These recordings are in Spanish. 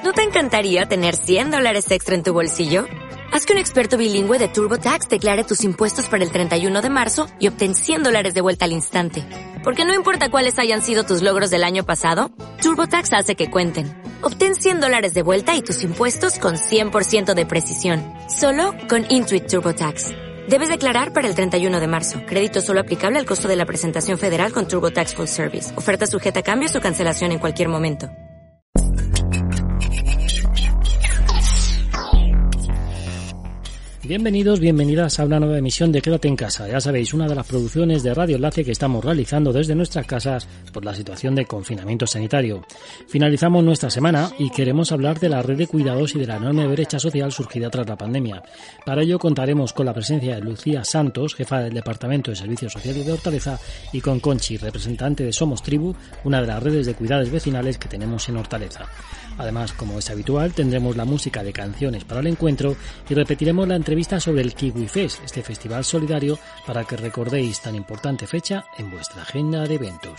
¿No te encantaría tener $100 extra en tu bolsillo? Haz que un experto bilingüe de TurboTax declare tus impuestos para el 31 de marzo y obtén $100 de vuelta al instante. Porque no importa cuáles hayan sido tus logros del año pasado, TurboTax hace que cuenten. Obtén $100 de vuelta y tus impuestos con 100% de precisión. Solo con Intuit TurboTax. Debes declarar para el 31 de marzo. Crédito solo aplicable al costo de la presentación federal con TurboTax Full Service. Oferta sujeta a cambios o cancelación en cualquier momento. Bienvenidos, bienvenidas a una nueva emisión de Quédate en Casa. Ya sabéis, una de las producciones de Radio Enlace que estamos realizando desde nuestras casas por la situación de confinamiento sanitario. Finalizamos nuestra semana y queremos hablar de la red de cuidados y de la enorme brecha social surgida tras la pandemia. Para ello contaremos con la presencia de Lucía Santos, jefa del Departamento de Servicios Sociales de Hortaleza, y con Conchi, representante de Somos Tribu, una de las redes de cuidados vecinales que tenemos en Hortaleza. Además, como es habitual, tendremos la música de canciones para el encuentro y repetiremos la entrevista sobre el Kiwi Fest, este festival solidario para que recordéis tan importante fecha en vuestra agenda de eventos.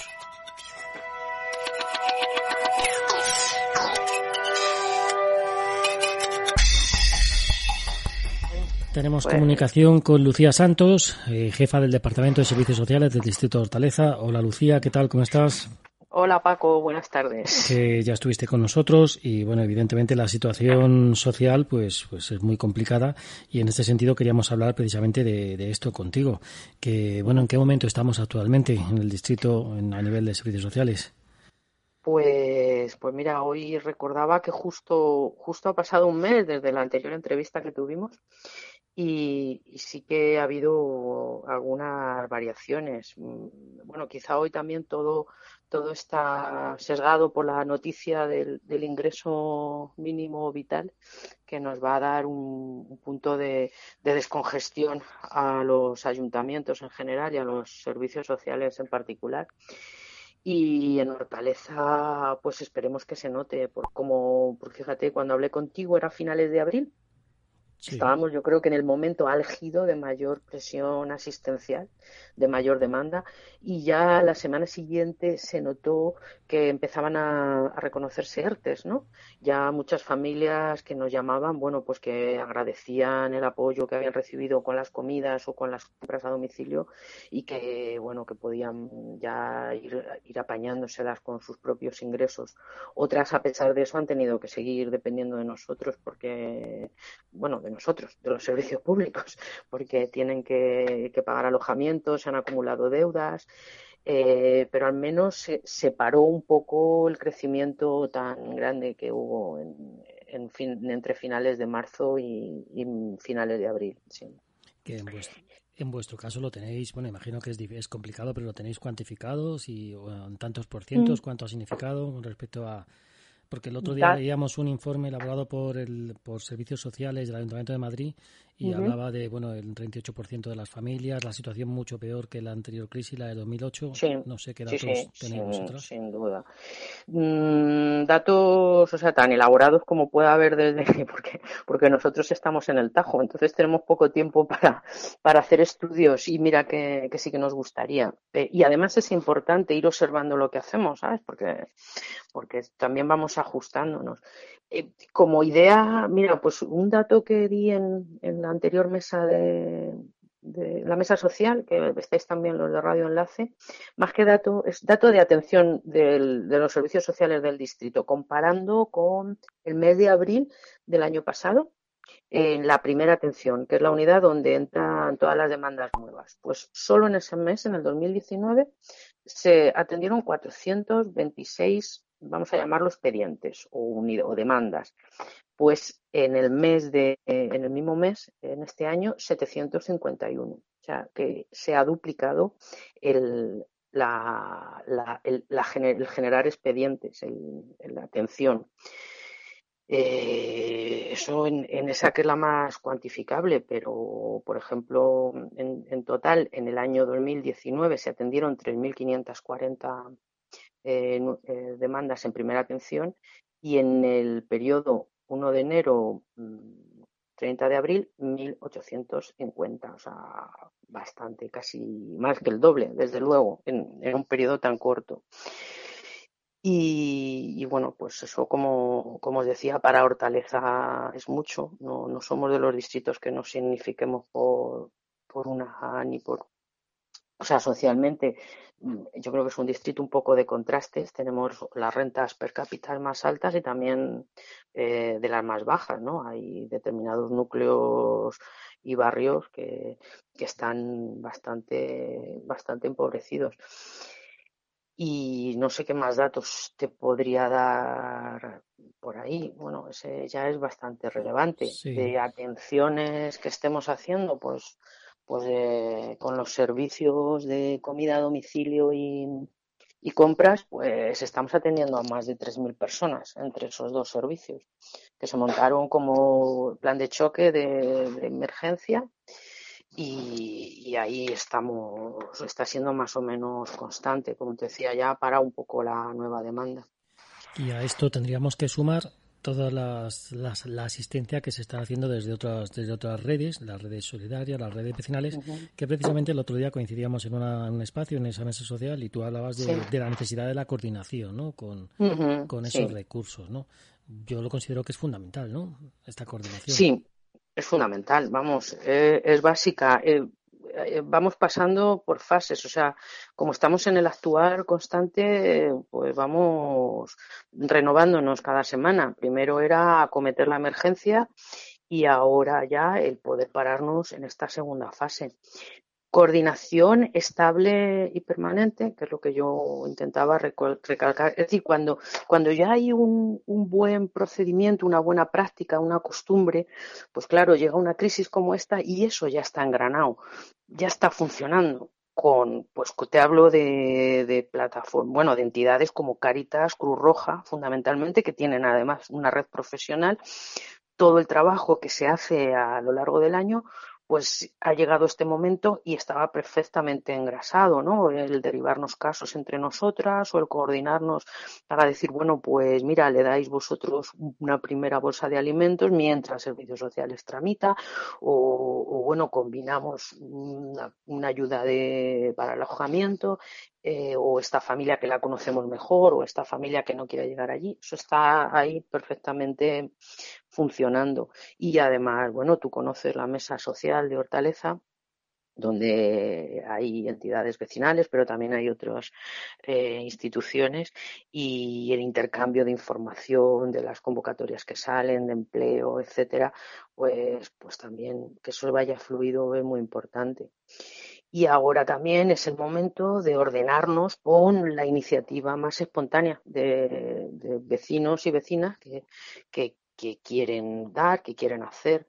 Tenemos comunicación con Lucía Santos, jefa del Departamento de Servicios Sociales del Distrito de Hortaleza. Hola Lucía, ¿qué tal? ¿Cómo estás? Hola Paco, buenas tardes. Que ya estuviste con nosotros y bueno, evidentemente la situación social pues es muy complicada y en este sentido queríamos hablar precisamente de esto contigo. Que bueno, ¿en qué momento estamos actualmente en el distrito a nivel de servicios sociales? Pues mira, hoy recordaba que justo ha pasado un mes desde la anterior entrevista que tuvimos y sí que ha habido algunas variaciones. Bueno, quizá hoy también todo está sesgado por la noticia del ingreso mínimo vital, que nos va a dar un punto de descongestión a los ayuntamientos en general y a los servicios sociales en particular. Y en Hortaleza, pues esperemos que se note, porque fíjate, cuando hablé contigo era a finales de abril. Sí. Estábamos, yo creo que en el momento álgido de mayor presión asistencial, de mayor demanda, y ya la semana siguiente se notó que empezaban a reconocerse ERTES, ¿no? Ya muchas familias que nos llamaban, bueno, pues que agradecían el apoyo que habían recibido con las comidas o con las compras a domicilio y que, bueno, que podían ya ir apañándoselas con sus propios ingresos. Otras, a pesar de eso, han tenido que seguir dependiendo de nosotros porque, bueno, de los servicios públicos, porque tienen que pagar alojamientos, se han acumulado deudas, pero al menos se paró un poco el crecimiento tan grande que hubo entre finales de marzo y finales de abril. Sí. Que en vuestro caso lo tenéis, bueno, imagino que es complicado, pero lo tenéis cuantificado, en tantos por cientos, ¿cuánto ha significado con respecto a...? Porque el otro día veíamos un informe elaborado por Servicios Sociales del Ayuntamiento de Madrid y hablaba de, bueno, el 38% de las familias, la situación mucho peor que la anterior crisis, la de 2008. Sí, No sé qué datos tenéis vosotros. Sin duda. Datos, o sea, tan elaborados como pueda haber porque nosotros estamos en el Tajo, entonces tenemos poco tiempo para hacer estudios y mira que sí que nos gustaría. Y además es importante ir observando lo que hacemos, ¿sabes? Porque también vamos ajustándonos. Como idea, mira, pues un dato que di en la anterior mesa de la mesa social, que estáis también los de Radio Enlace, más que dato, es dato de atención de los servicios sociales del distrito, comparando con el mes de abril del año pasado, en la primera atención, que es la unidad donde entran todas las demandas nuevas. Pues solo en ese mes, en el 2019, se atendieron 426, vamos a llamarlos expedientes o demandas. Pues en el mismo mes, en este año, 751. O sea, que se ha duplicado el generar expedientes, la atención. Eso en esa que es la más cuantificable, pero por ejemplo, en total, en el año 2019 se atendieron 3.540 demandas en primera atención y en el periodo 1 de enero 30 de abril 1.850, o sea, bastante, casi más que el doble, desde luego, en un periodo tan corto. Y bueno, pues eso, como os decía, para Hortaleza es mucho. No somos de los distritos que nos signifiquemos por una A ni por... O sea, socialmente, yo creo que es un distrito un poco de contrastes. Tenemos las rentas per cápita más altas y también de las más bajas, ¿no? Hay determinados núcleos y barrios que están bastante empobrecidos. Y no sé qué más datos te podría dar por ahí. Bueno, ese ya es bastante relevante. Sí. De atenciones que estemos haciendo, pues con los servicios de comida a domicilio y compras, pues estamos atendiendo a más de 3.000 personas entre esos dos servicios, que se montaron como plan de choque de emergencia y ahí está siendo más o menos constante, como te decía, ya para un poco la nueva demanda. Y a esto tendríamos que sumar toda la asistencia que se está haciendo desde otras redes, las redes solidarias, las redes vecinales, Uh-huh. que precisamente el otro día coincidíamos en un espacio, en esa mesa social, y tú hablabas Sí. de la necesidad de la coordinación, ¿no? Uh-huh. Con esos Sí. recursos, ¿no? Yo lo considero que es fundamental, ¿no? Esta coordinación. Sí, es fundamental, vamos, es básica. Vamos pasando por fases, o sea, como estamos en el actuar constante, pues vamos renovándonos cada semana. Primero era acometer la emergencia y ahora ya el poder pararnos en esta segunda fase. Coordinación estable y permanente, que es lo que yo intentaba recalcar. Es decir, cuando ya hay un buen procedimiento, una buena práctica, una costumbre, pues claro, llega una crisis como esta y eso ya está engranado, ya está funcionando. Pues te hablo de plataformas, bueno, de entidades como Cáritas, Cruz Roja, fundamentalmente, que tienen además una red profesional. Todo el trabajo que se hace a lo largo del año pues ha llegado este momento y estaba perfectamente engrasado, ¿no? El derivarnos casos entre nosotras o el coordinarnos para decir, bueno, pues mira, le dais vosotros una primera bolsa de alimentos mientras Servicios Sociales tramita o bueno, combinamos una ayuda para el alojamiento o esta familia que la conocemos mejor o esta familia que no quiere llegar allí. Eso está ahí perfectamente funcionando. Y además, bueno, tú conoces la mesa social de Hortaleza, donde hay entidades vecinales, pero también hay otras instituciones y el intercambio de información, de las convocatorias que salen, de empleo, etcétera, pues también que eso vaya fluido es muy importante. Y ahora también es el momento de ordenarnos con la iniciativa más espontánea de vecinos y vecinas que quieren dar, que quieren hacer.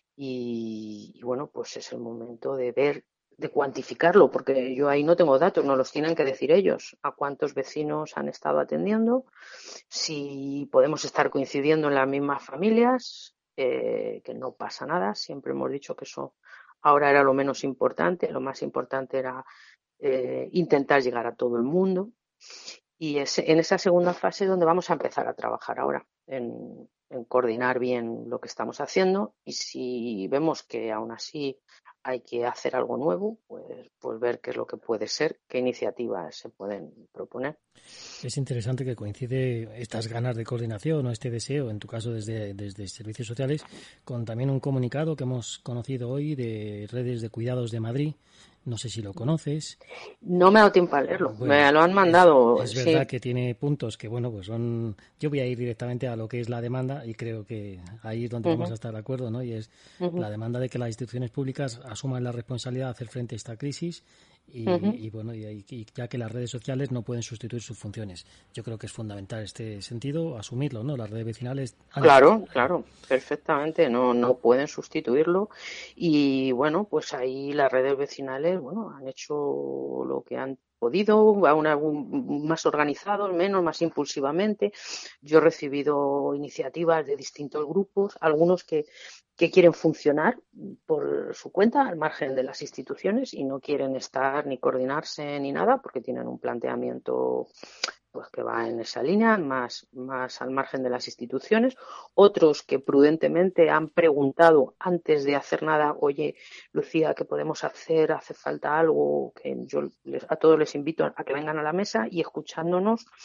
Y bueno, pues es el momento de ver, de cuantificarlo, porque yo ahí no tengo datos, no los tienen que decir ellos, a cuántos vecinos han estado atendiendo, si podemos estar coincidiendo en las mismas familias, que no pasa nada, siempre hemos dicho que eso ahora era lo menos importante, lo más importante era intentar llegar a todo el mundo. Y es en esa segunda fase donde vamos a empezar a trabajar ahora, en coordinar bien lo que estamos haciendo y si vemos que aún así hay que hacer algo nuevo, pues ver qué es lo que puede ser, qué iniciativas se pueden proponer. Es interesante que coincide estas ganas de coordinación o este deseo, en tu caso desde Servicios Sociales, con también un comunicado que hemos conocido hoy de Redes de Cuidados de Madrid. No sé si lo conoces. No me ha dado tiempo a leerlo, Bueno, me lo han mandado, es verdad sí. que tiene puntos que, bueno, pues son... Yo voy a ir directamente a lo que es la demanda y creo que ahí es donde vamos a estar de acuerdo, ¿no? Y es la demanda de que las instituciones públicas asuman la responsabilidad de hacer frente a esta crisis y bueno, y ya que las redes sociales no pueden sustituir sus funciones. Yo creo que es fundamental este sentido, asumirlo, ¿no? Las redes vecinales han hecho... Claro, perfectamente, no pueden sustituirlo y bueno, pues ahí las redes vecinales, bueno, han hecho lo que han podido, aún más organizados, menos, más impulsivamente. Yo he recibido iniciativas de distintos grupos, algunos que quieren funcionar por su cuenta, al margen de las instituciones, y no quieren estar ni coordinarse ni nada, porque tienen un planteamiento pues que va en esa línea, más al margen de las instituciones. Otros que prudentemente han preguntado antes de hacer nada, oye, Lucía, ¿qué podemos hacer? ¿Hace falta algo? Que yo a todos les invito a que vengan a la mesa y escuchándonos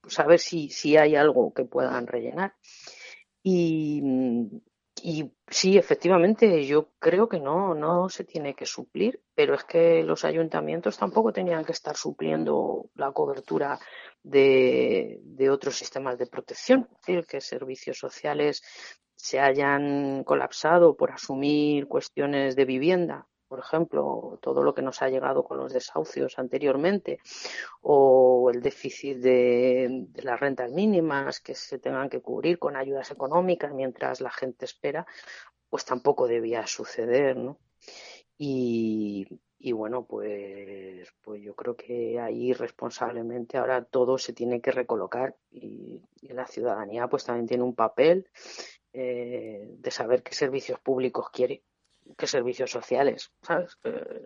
saber si hay algo que puedan rellenar. Y, y sí, efectivamente, yo creo que no se tiene que suplir, pero es que los ayuntamientos tampoco tenían que estar supliendo la cobertura de otros sistemas de protección. Es decir, que servicios sociales se hayan colapsado por asumir cuestiones de vivienda, por ejemplo, todo lo que nos ha llegado con los desahucios anteriormente, o el déficit de las rentas mínimas que se tengan que cubrir con ayudas económicas mientras la gente espera, pues tampoco debía suceder, ¿no? Y bueno, pues yo creo que ahí responsablemente ahora todo se tiene que recolocar y la ciudadanía pues también tiene un papel de saber qué servicios públicos quiere, qué servicios sociales, ¿sabes?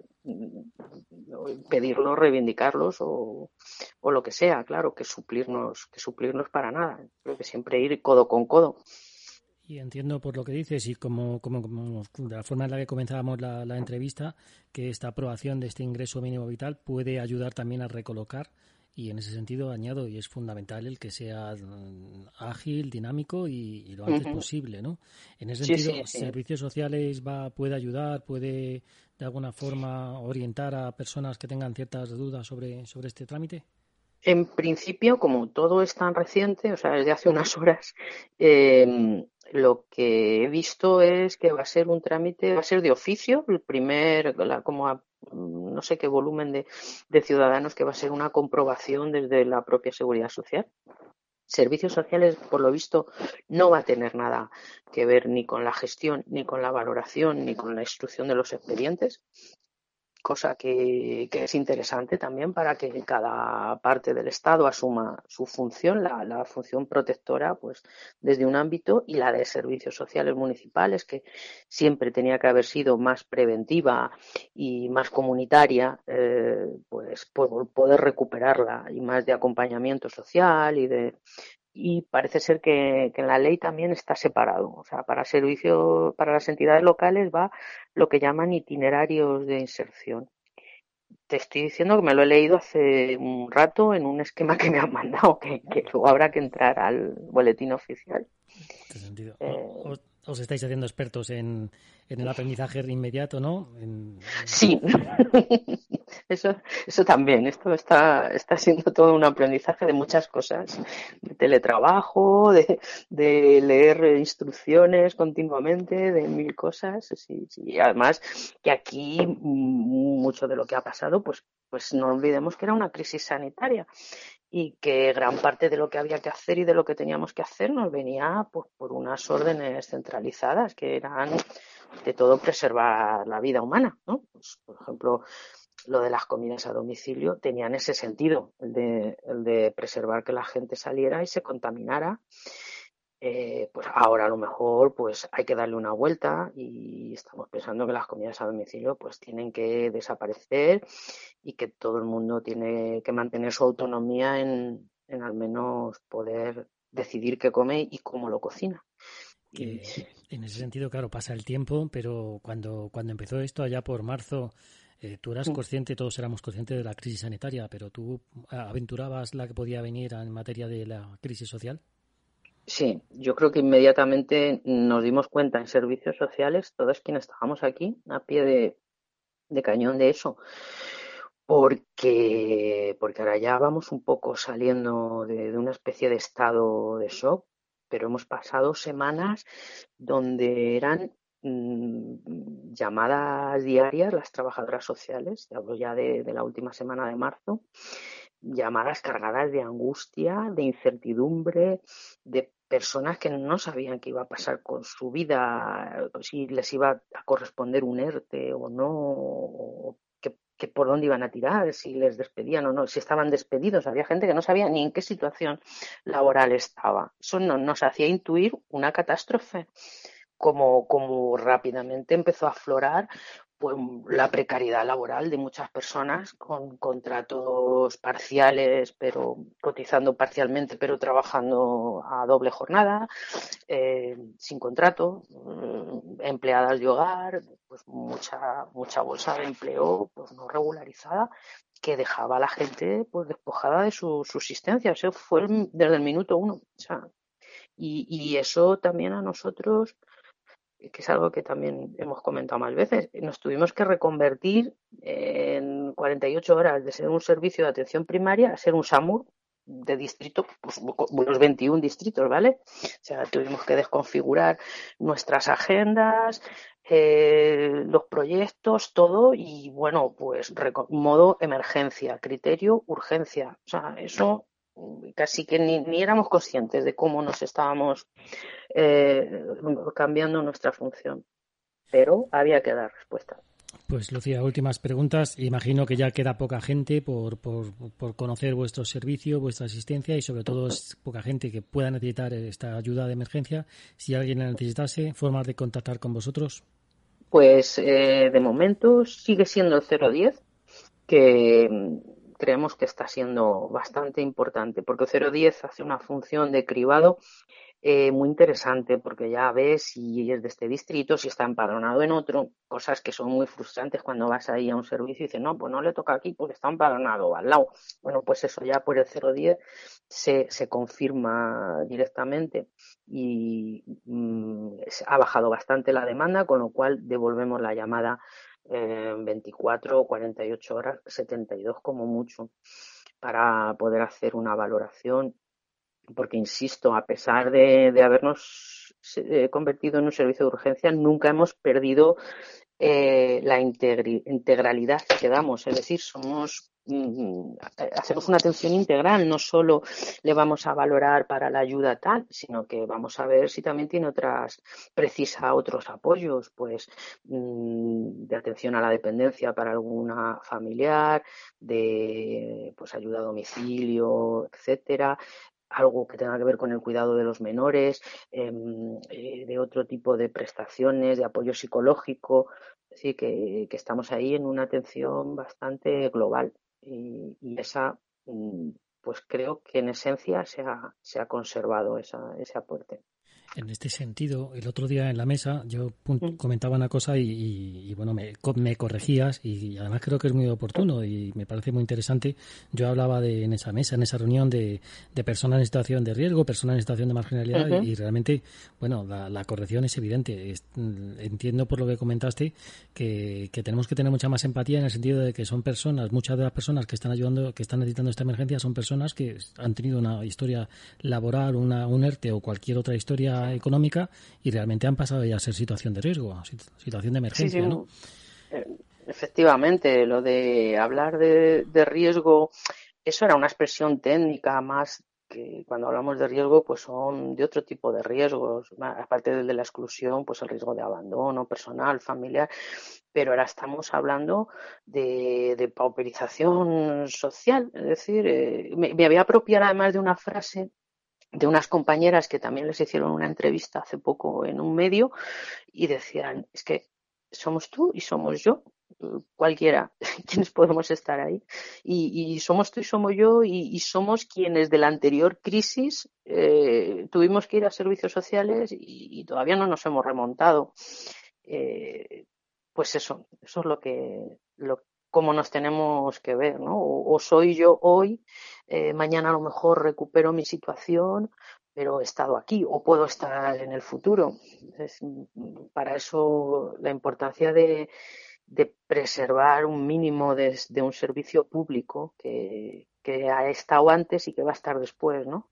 Pedirlos, reivindicarlos o lo que sea, claro, que suplirnos para nada. Creo que siempre ir codo con codo. Y entiendo por lo que dices y como de la forma en la que comenzábamos la entrevista, que esta aprobación de este ingreso mínimo vital puede ayudar también a recolocar, y en ese sentido añado, y es fundamental el que sea ágil, dinámico y lo antes posible, ¿no? En ese sentido, Sí. ¿servicios sociales puede ayudar, puede de alguna forma orientar a personas que tengan ciertas dudas sobre este trámite? En principio, como todo es tan reciente, o sea, desde hace unas horas, lo que he visto es que va a ser un trámite, va a ser de oficio, no sé qué volumen de ciudadanos, que va a ser una comprobación desde la propia Seguridad Social. Servicios sociales, por lo visto, no va a tener nada que ver ni con la gestión, ni con la valoración, ni con la instrucción de los expedientes, cosa que es interesante también para que cada parte del Estado asuma su función, la función protectora, pues desde un ámbito, y la de servicios sociales municipales, que siempre tenía que haber sido más preventiva y más comunitaria, pues por poder recuperarla, y más de acompañamiento social y parece ser que en la ley también está separado. O sea, para las entidades locales va lo que llaman itinerarios de inserción. Te estoy diciendo que me lo he leído hace un rato en un esquema que me han mandado, que luego habrá que entrar al boletín oficial. En este sentido, Eh, os estáis haciendo expertos en el aprendizaje inmediato, ¿no? Sí, eso también. Esto está siendo todo un aprendizaje de muchas cosas, de teletrabajo, de leer instrucciones continuamente, de mil cosas. Sí, sí. Y además que aquí mucho de lo que ha pasado, pues no olvidemos que era una crisis sanitaria y que gran parte de lo que había que hacer y de lo que teníamos que hacer nos venía pues, por unas órdenes centralizadas que eran de todo preservar la vida humana, ¿no? Pues, por ejemplo, lo de las comidas a domicilio tenía en ese sentido, el de preservar que la gente saliera y se contaminara. Pues ahora a lo mejor pues hay que darle una vuelta y estamos pensando que las comidas a domicilio pues tienen que desaparecer y que todo el mundo tiene que mantener su autonomía en al menos poder decidir qué come y cómo lo cocina. Y Que en ese sentido, claro, pasa el tiempo, pero cuando empezó esto allá por marzo, tú eras consciente, todos éramos conscientes de la crisis sanitaria, pero tú aventurabas la que podía venir en materia de la crisis social. sí, yo creo que inmediatamente nos dimos cuenta en servicios sociales, todos quienes estábamos aquí, a pie de cañón de eso, porque ahora ya vamos un poco saliendo de una especie de estado de shock, pero hemos pasado semanas donde eran llamadas diarias las trabajadoras sociales, te hablo ya de la última semana de marzo, llamadas cargadas de angustia, de incertidumbre, de personas que no sabían qué iba a pasar con su vida, si les iba a corresponder un ERTE o no, o que por dónde iban a tirar, si les despedían o no, si estaban despedidos. Había gente que no sabía ni en qué situación laboral estaba. Eso nos hacía intuir una catástrofe, como rápidamente empezó a aflorar pues, la precariedad laboral de muchas personas con contratos parciales, pero cotizando parcialmente, pero trabajando a doble jornada, sin contrato, empleadas de hogar, pues pues mucha bolsa de empleo pues no regularizada que dejaba a la gente pues despojada de su subsistencia. Eso fue desde el minuto uno. O sea, y eso también a nosotros, que es algo que también hemos comentado más veces, nos tuvimos que reconvertir en 48 horas de ser un servicio de atención primaria a ser un SAMUR de distrito, pues los 21 distritos, ¿vale? O sea, tuvimos que desconfigurar nuestras agendas, los proyectos, todo, y bueno, pues modo emergencia, criterio urgencia. O sea, eso casi que ni éramos conscientes de cómo nos estábamos cambiando nuestra función, pero había que dar respuesta. Pues Lucía, últimas preguntas. Imagino que ya queda poca gente por conocer vuestro servicio, vuestra asistencia y sobre todo es poca gente que pueda necesitar esta ayuda de emergencia. Si alguien la necesitase, ¿formas de contactar con vosotros? Pues de momento sigue siendo el 010, que creemos que está siendo bastante importante, porque el 010 hace una función de cribado muy interesante, porque ya ves si es de este distrito, si está empadronado en otro, cosas que son muy frustrantes cuando vas ahí a un servicio y dices, no, pues no le toca aquí porque está empadronado al lado. Bueno, pues eso ya por el 010 se confirma directamente y ha bajado bastante la demanda, con lo cual devolvemos la llamada 24 o 48 horas, 72 como mucho, para poder hacer una valoración. Porque, insisto, a pesar de habernos convertido en un servicio de urgencia, nunca hemos perdido la integralidad que damos. Es decir, hacemos una atención integral. No solo le vamos a valorar para la ayuda tal, sino que vamos a ver si también precisa otros apoyos, pues de atención a la dependencia para alguna familiar, de pues ayuda a domicilio, etcétera. Algo que tenga que ver con el cuidado de los menores, de otro tipo de prestaciones, de apoyo psicológico. Así que estamos ahí en una atención bastante global y esa, pues creo que en esencia se ha conservado ese aporte. En este sentido, el otro día en la mesa yo comentaba una cosa y bueno, me corregías y además creo que es muy oportuno y me parece muy interesante. Yo hablaba en esa mesa, en esa reunión de personas en situación de riesgo, personas en situación de marginalidad y realmente, bueno, la corrección es evidente. Entiendo por lo que comentaste que tenemos que tener mucha más empatía en el sentido de que son personas, muchas de las personas que están ayudando, que están necesitando esta emergencia son personas que han tenido una historia laboral, un ERTE o cualquier otra historia económica y realmente han pasado ya a ser situación de riesgo, situación de emergencia, sí. ¿No? Efectivamente, lo de hablar de riesgo, eso era una expresión técnica más que cuando hablamos de riesgo, pues son de otro tipo de riesgos, aparte del de la exclusión, pues el riesgo de abandono personal, familiar, pero ahora estamos hablando de pauperización social, es decir, me voy a apropiar además de una frase de unas compañeras que también les hicieron una entrevista hace poco en un medio y decían, es que somos tú y somos yo, cualquiera, quienes podemos estar ahí. Y somos tú y somos yo y somos quienes de la anterior crisis tuvimos que ir a servicios sociales y todavía no nos hemos remontado. Pues eso es cómo nos tenemos que ver, ¿no? O soy yo hoy, mañana a lo mejor recupero mi situación, pero he estado aquí o puedo estar en el futuro. Entonces, para eso la importancia de preservar un mínimo de un servicio público que ha estado antes y que va a estar después, ¿no?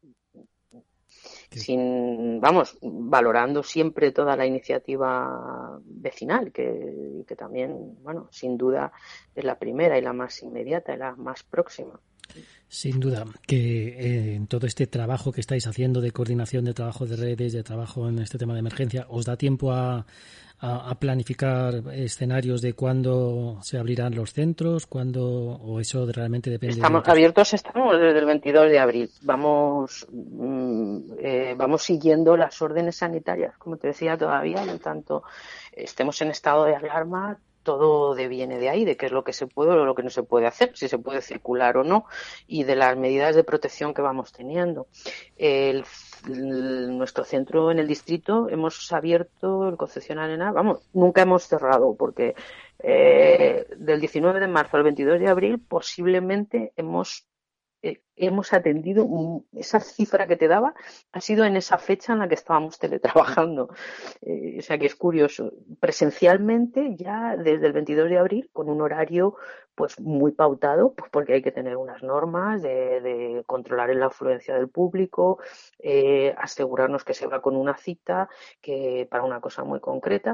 Valorando siempre toda la iniciativa vecinal, que también, bueno, sin duda es la primera y la más inmediata y la más próxima. Sin duda, que en todo este trabajo que estáis haciendo de coordinación de trabajo de redes, de trabajo en este tema de emergencia, ¿os da tiempo a planificar escenarios de cuándo se abrirán los centros, o eso realmente depende? Estamos desde el 22 de abril. Vamos siguiendo las órdenes sanitarias, como te decía todavía, en tanto estemos en estado de alarma. Todo deviene de ahí, de qué es lo que se puede o lo que no se puede hacer, si se puede circular o no, y de las medidas de protección que vamos teniendo. El nuestro centro en el distrito hemos abierto el concesionario en vamos, nunca hemos cerrado porque del 19 de marzo al 22 de abril posiblemente hemos atendido, esa cifra que te daba ha sido en esa fecha en la que estábamos teletrabajando. O sea que es curioso. Presencialmente ya desde el 22 de abril con un horario pues muy pautado, pues porque hay que tener unas normas de controlar la afluencia del público, asegurarnos que se va con una cita, que para una cosa muy concreta.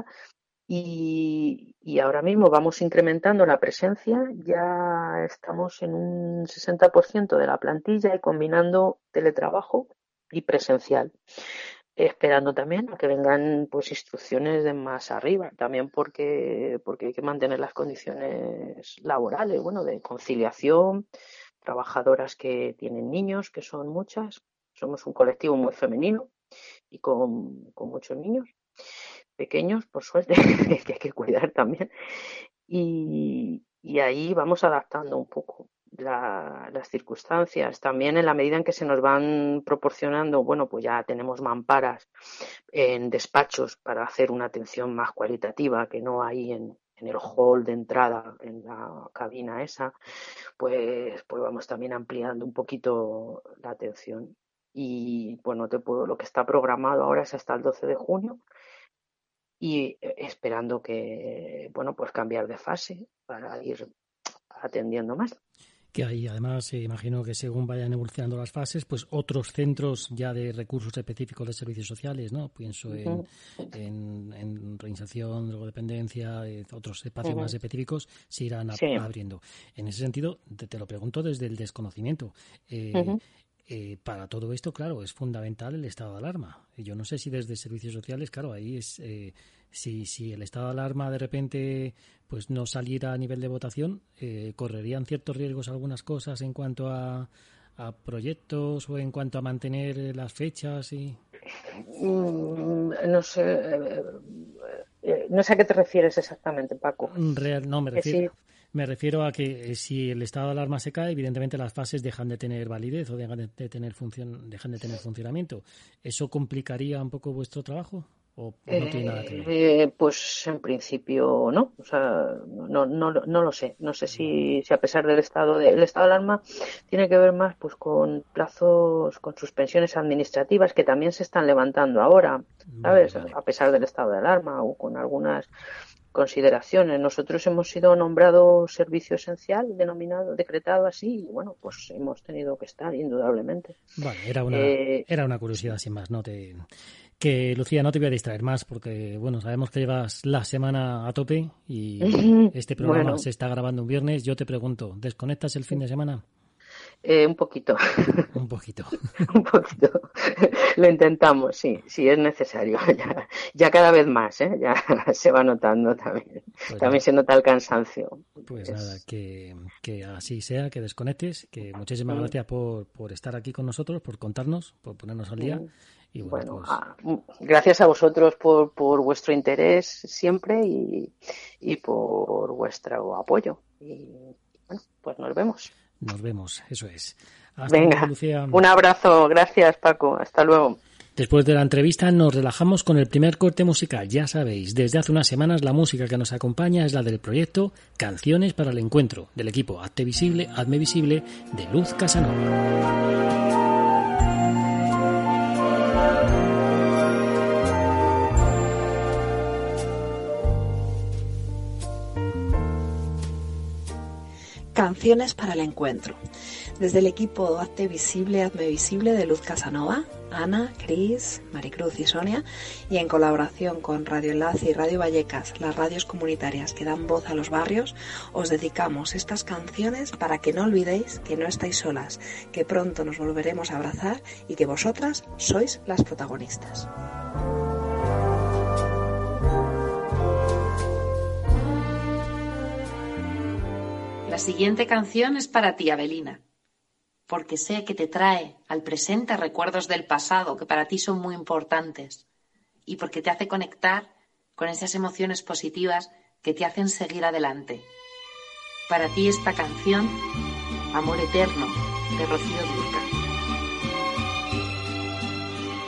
Y ahora mismo vamos incrementando la presencia, ya estamos en un 60% de la plantilla y combinando teletrabajo y presencial, esperando también a que vengan pues instrucciones de más arriba, también porque hay que mantener las condiciones laborales, bueno, de conciliación, trabajadoras que tienen niños, que son muchas, somos un colectivo muy femenino y con muchos niños pequeños, por suerte, que hay que cuidar también. Y ahí vamos adaptando un poco las circunstancias. También en la medida en que se nos van proporcionando, bueno, pues ya tenemos mamparas en despachos para hacer una atención más cualitativa que no hay en el hall de entrada, en la cabina esa, pues vamos también ampliando un poquito la atención. Y bueno, lo que está programado ahora es hasta el 12 de junio. Y esperando que, bueno, pues cambiar de fase para ir atendiendo más. Que ahí además imagino que según vayan evolucionando las fases, pues otros centros ya de recursos específicos de servicios sociales, ¿no? Pienso en reinserción, drogodependencia, otros espacios más específicos se irán abriendo. En ese sentido, te lo pregunto desde el desconocimiento. Para todo esto, claro, es fundamental el estado de alarma. Yo no sé si desde servicios sociales, claro, ahí es si el estado de alarma de repente pues no saliera a nivel de votación, correrían ciertos riesgos algunas cosas en cuanto a proyectos o en cuanto a mantener las fechas y no sé a qué te refieres exactamente, Paco. No, me refiero a que si el estado de alarma se cae, evidentemente las fases dejan de tener validez o dejan de tener funcionamiento. ¿Eso complicaría un poco vuestro trabajo o no tiene nada que ver? Pues en principio no, o sea, no lo sé. No sé si a pesar del estado de alarma tiene que ver más pues con plazos, con suspensiones administrativas que también se están levantando ahora, ¿sabes? Vale. A pesar del estado de alarma o con algunas consideraciones. Nosotros hemos sido nombrados servicio esencial, decretado así, y bueno, pues hemos tenido que estar, indudablemente. Vale, era una curiosidad sin más, que Lucía, no te voy a distraer más porque, bueno, sabemos que llevas la semana a tope y este programa se está grabando un viernes. Yo te pregunto, ¿desconectas el fin de semana? Un poquito. Un poquito. Un poquito. Lo intentamos, sí es necesario. Ya cada vez más, ya se va notando también. Pues también se nota el cansancio. Pues nada, que así sea, que desconectes, que muchísimas gracias por estar aquí con nosotros, por contarnos, por ponernos al día. Y bueno, pues gracias a vosotros por vuestro interés siempre y por vuestro apoyo. Y bueno, pues nos vemos. Nos vemos, eso es. Hasta luego, Lucía. Un abrazo, gracias, Paco. Hasta luego. Después de la entrevista nos relajamos con el primer corte musical. Ya sabéis, desde hace unas semanas la música que nos acompaña es la del proyecto Canciones para el Encuentro, del equipo Hazte Visible, Hazme Visible, de Luz Casanova. Canciones para el Encuentro. Desde el equipo Hazte Visible, Hazme Visible de Luz Casanova, Ana, Cris, Maricruz y Sonia, y en colaboración con Radio Enlace y Radio Vallecas, las radios comunitarias que dan voz a los barrios, os dedicamos estas canciones para que no olvidéis que no estáis solas, que pronto nos volveremos a abrazar y que vosotras sois las protagonistas. La siguiente canción es para ti, Abelina, porque sé que te trae al presente recuerdos del pasado que para ti son muy importantes y porque te hace conectar con esas emociones positivas que te hacen seguir adelante. Para ti esta canción, Amor Eterno, de Rocío Dúrcal.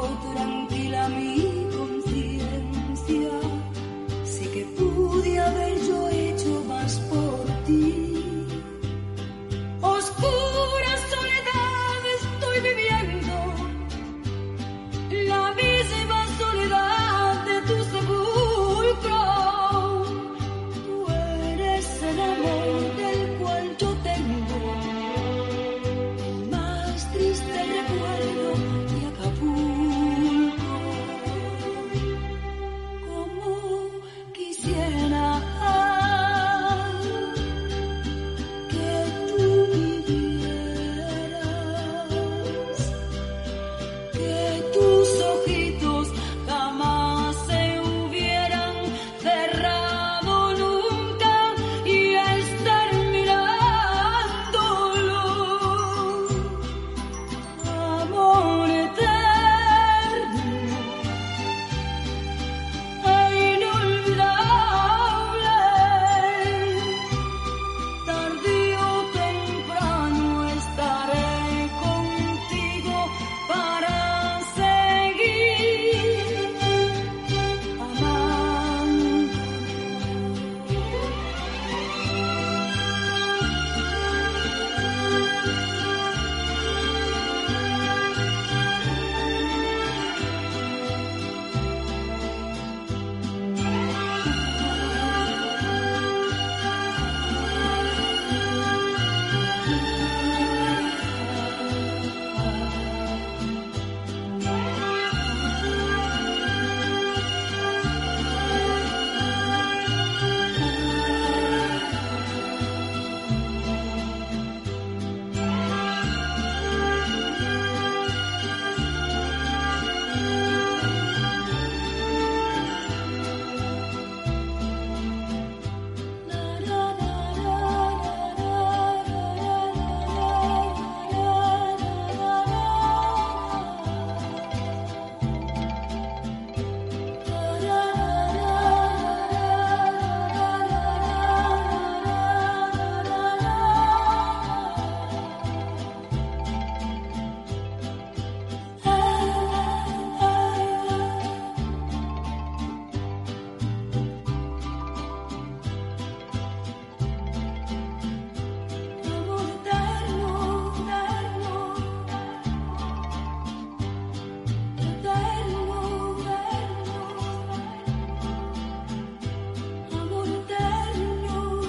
tranquila mi conciencia. Sé que pude haber yo hecho más por ti. Oscura soledad estoy viviendo, la misma soledad de tu sepulcro. Tú eres el amor del cual yo tengo el más triste recuerdo de Acapulco. Como quisiera que tú vivieras, que tus ojitos jamás se hubieran cerrado nunca y estar mirándolo. Amor eterno e inolvidable, tarde o temprano estaré contigo para seguir amando. Amor eterno, eterno, amor eterno,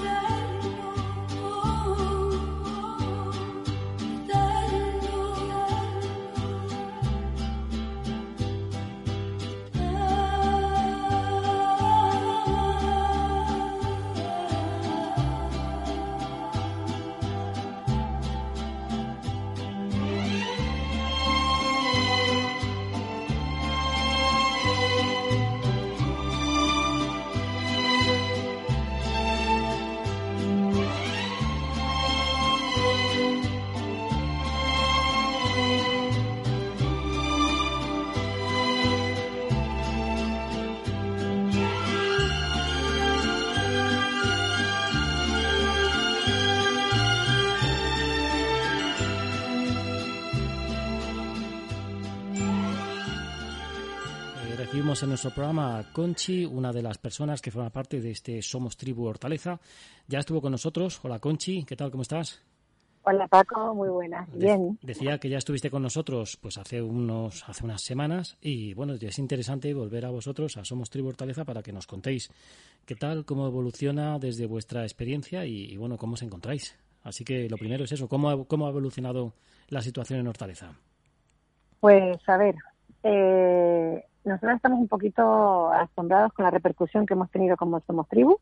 Recibimos en nuestro programa a Conchi, una de las personas que forma parte de este Somos Tribu Hortaleza. Ya estuvo con nosotros. Hola Conchi, ¿qué tal? ¿Cómo estás? Hola Paco, muy buenas. Bien. Decía que ya estuviste con nosotros pues hace unas semanas y bueno, es interesante volver a vosotros, a Somos Tribu Hortaleza, para que nos contéis qué tal, cómo evoluciona desde vuestra experiencia y bueno, cómo os encontráis. Así que lo primero es eso, ¿cómo ha evolucionado la situación en Hortaleza? Pues a ver, nosotros estamos un poquito asombrados con la repercusión que hemos tenido como Somos Tribu.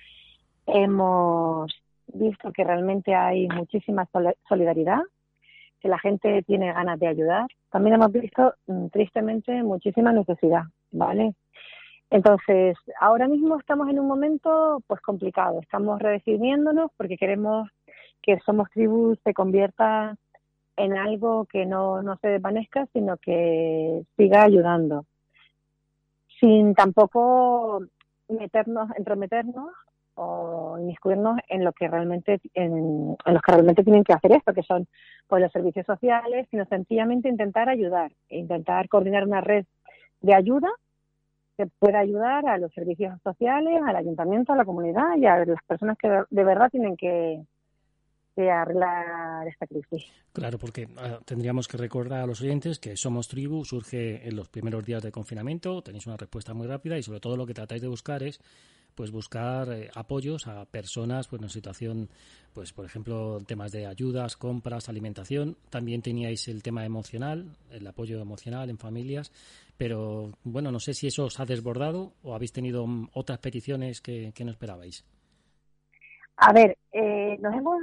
Hemos visto que realmente hay muchísima solidaridad, que la gente tiene ganas de ayudar. También hemos visto, tristemente, muchísima necesidad, ¿vale? Entonces, ahora mismo estamos en un momento pues complicado. Estamos redefiniéndonos porque queremos que Somos Tribu se convierta en algo que no se desvanezca, sino que siga ayudando. Sin tampoco entrometernos o inmiscuirnos en lo que realmente en los que realmente tienen que hacer esto, que son pues los servicios sociales, sino sencillamente intentar ayudar, intentar coordinar una red de ayuda que pueda ayudar a los servicios sociales, al ayuntamiento, a la comunidad y a las personas que de verdad tienen que arreglar esta crisis. Claro, porque tendríamos que recordar a los oyentes que Somos Tribu surge en los primeros días de confinamiento, tenéis una respuesta muy rápida y sobre todo lo que tratáis de buscar es pues buscar apoyos a personas pues en situación, pues por ejemplo, temas de ayudas, compras, alimentación. También teníais el tema emocional, el apoyo emocional en familias, pero bueno, no sé si eso os ha desbordado o habéis tenido otras peticiones que no esperabais. A ver, nos hemos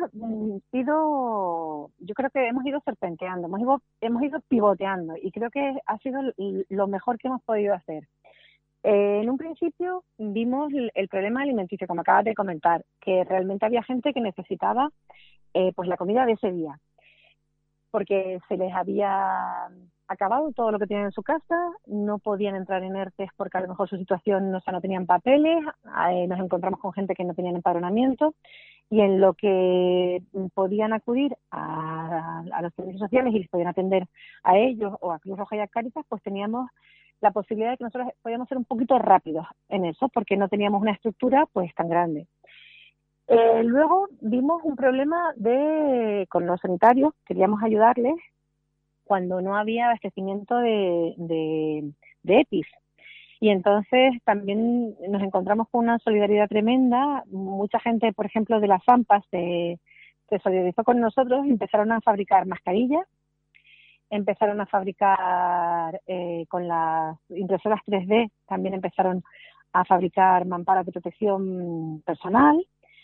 ido, yo creo que hemos ido serpenteando, hemos ido pivoteando y creo que ha sido lo mejor que hemos podido hacer. En un principio vimos el problema alimenticio, como acabas de comentar, que realmente había gente que necesitaba pues la comida de ese día, porque se les había acabado todo lo que tenían en su casa, no podían entrar en ERTES porque a lo mejor su situación no tenían papeles, nos encontramos con gente que no tenían empadronamiento y en lo que podían acudir a los servicios sociales y les podían atender a ellos o a Cruz Roja y a Cáritas, pues teníamos la posibilidad de que nosotros podíamos ser un poquito rápidos en eso porque no teníamos una estructura pues tan grande. Luego vimos un problema con los sanitarios, queríamos ayudarles cuando no había abastecimiento de EPIs. Y entonces también nos encontramos con una solidaridad tremenda. Mucha gente, por ejemplo, de las FAMPAs se solidarizó con nosotros y empezaron a fabricar mascarillas, empezaron a fabricar con las impresoras 3D, también empezaron a fabricar mamparas de protección personal.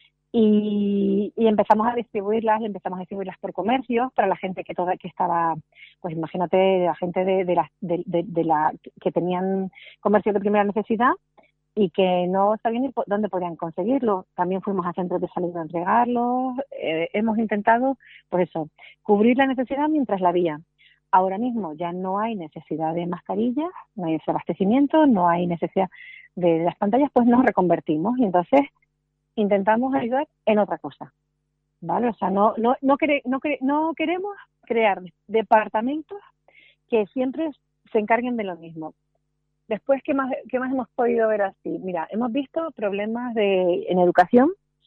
Y empezamos a distribuirlas por comercios para la gente que estaba, pues imagínate, la gente de la que tenían comercios de primera necesidad y que no sabían ni dónde podían conseguirlo. También fuimos a centros de salud a entregarlos. Hemos intentado, pues eso, cubrir la necesidad mientras la había. Ahora mismo ya no hay necesidad de mascarillas, no hay desabastecimiento, no hay necesidad de las pantallas, pues nos reconvertimos y entonces intentamos ayudar en otra cosa, ¿vale? O sea, no queremos crear departamentos que siempre se encarguen de lo mismo. Después, ¿qué más hemos podido ver así? Mira, hemos visto problemas en educación,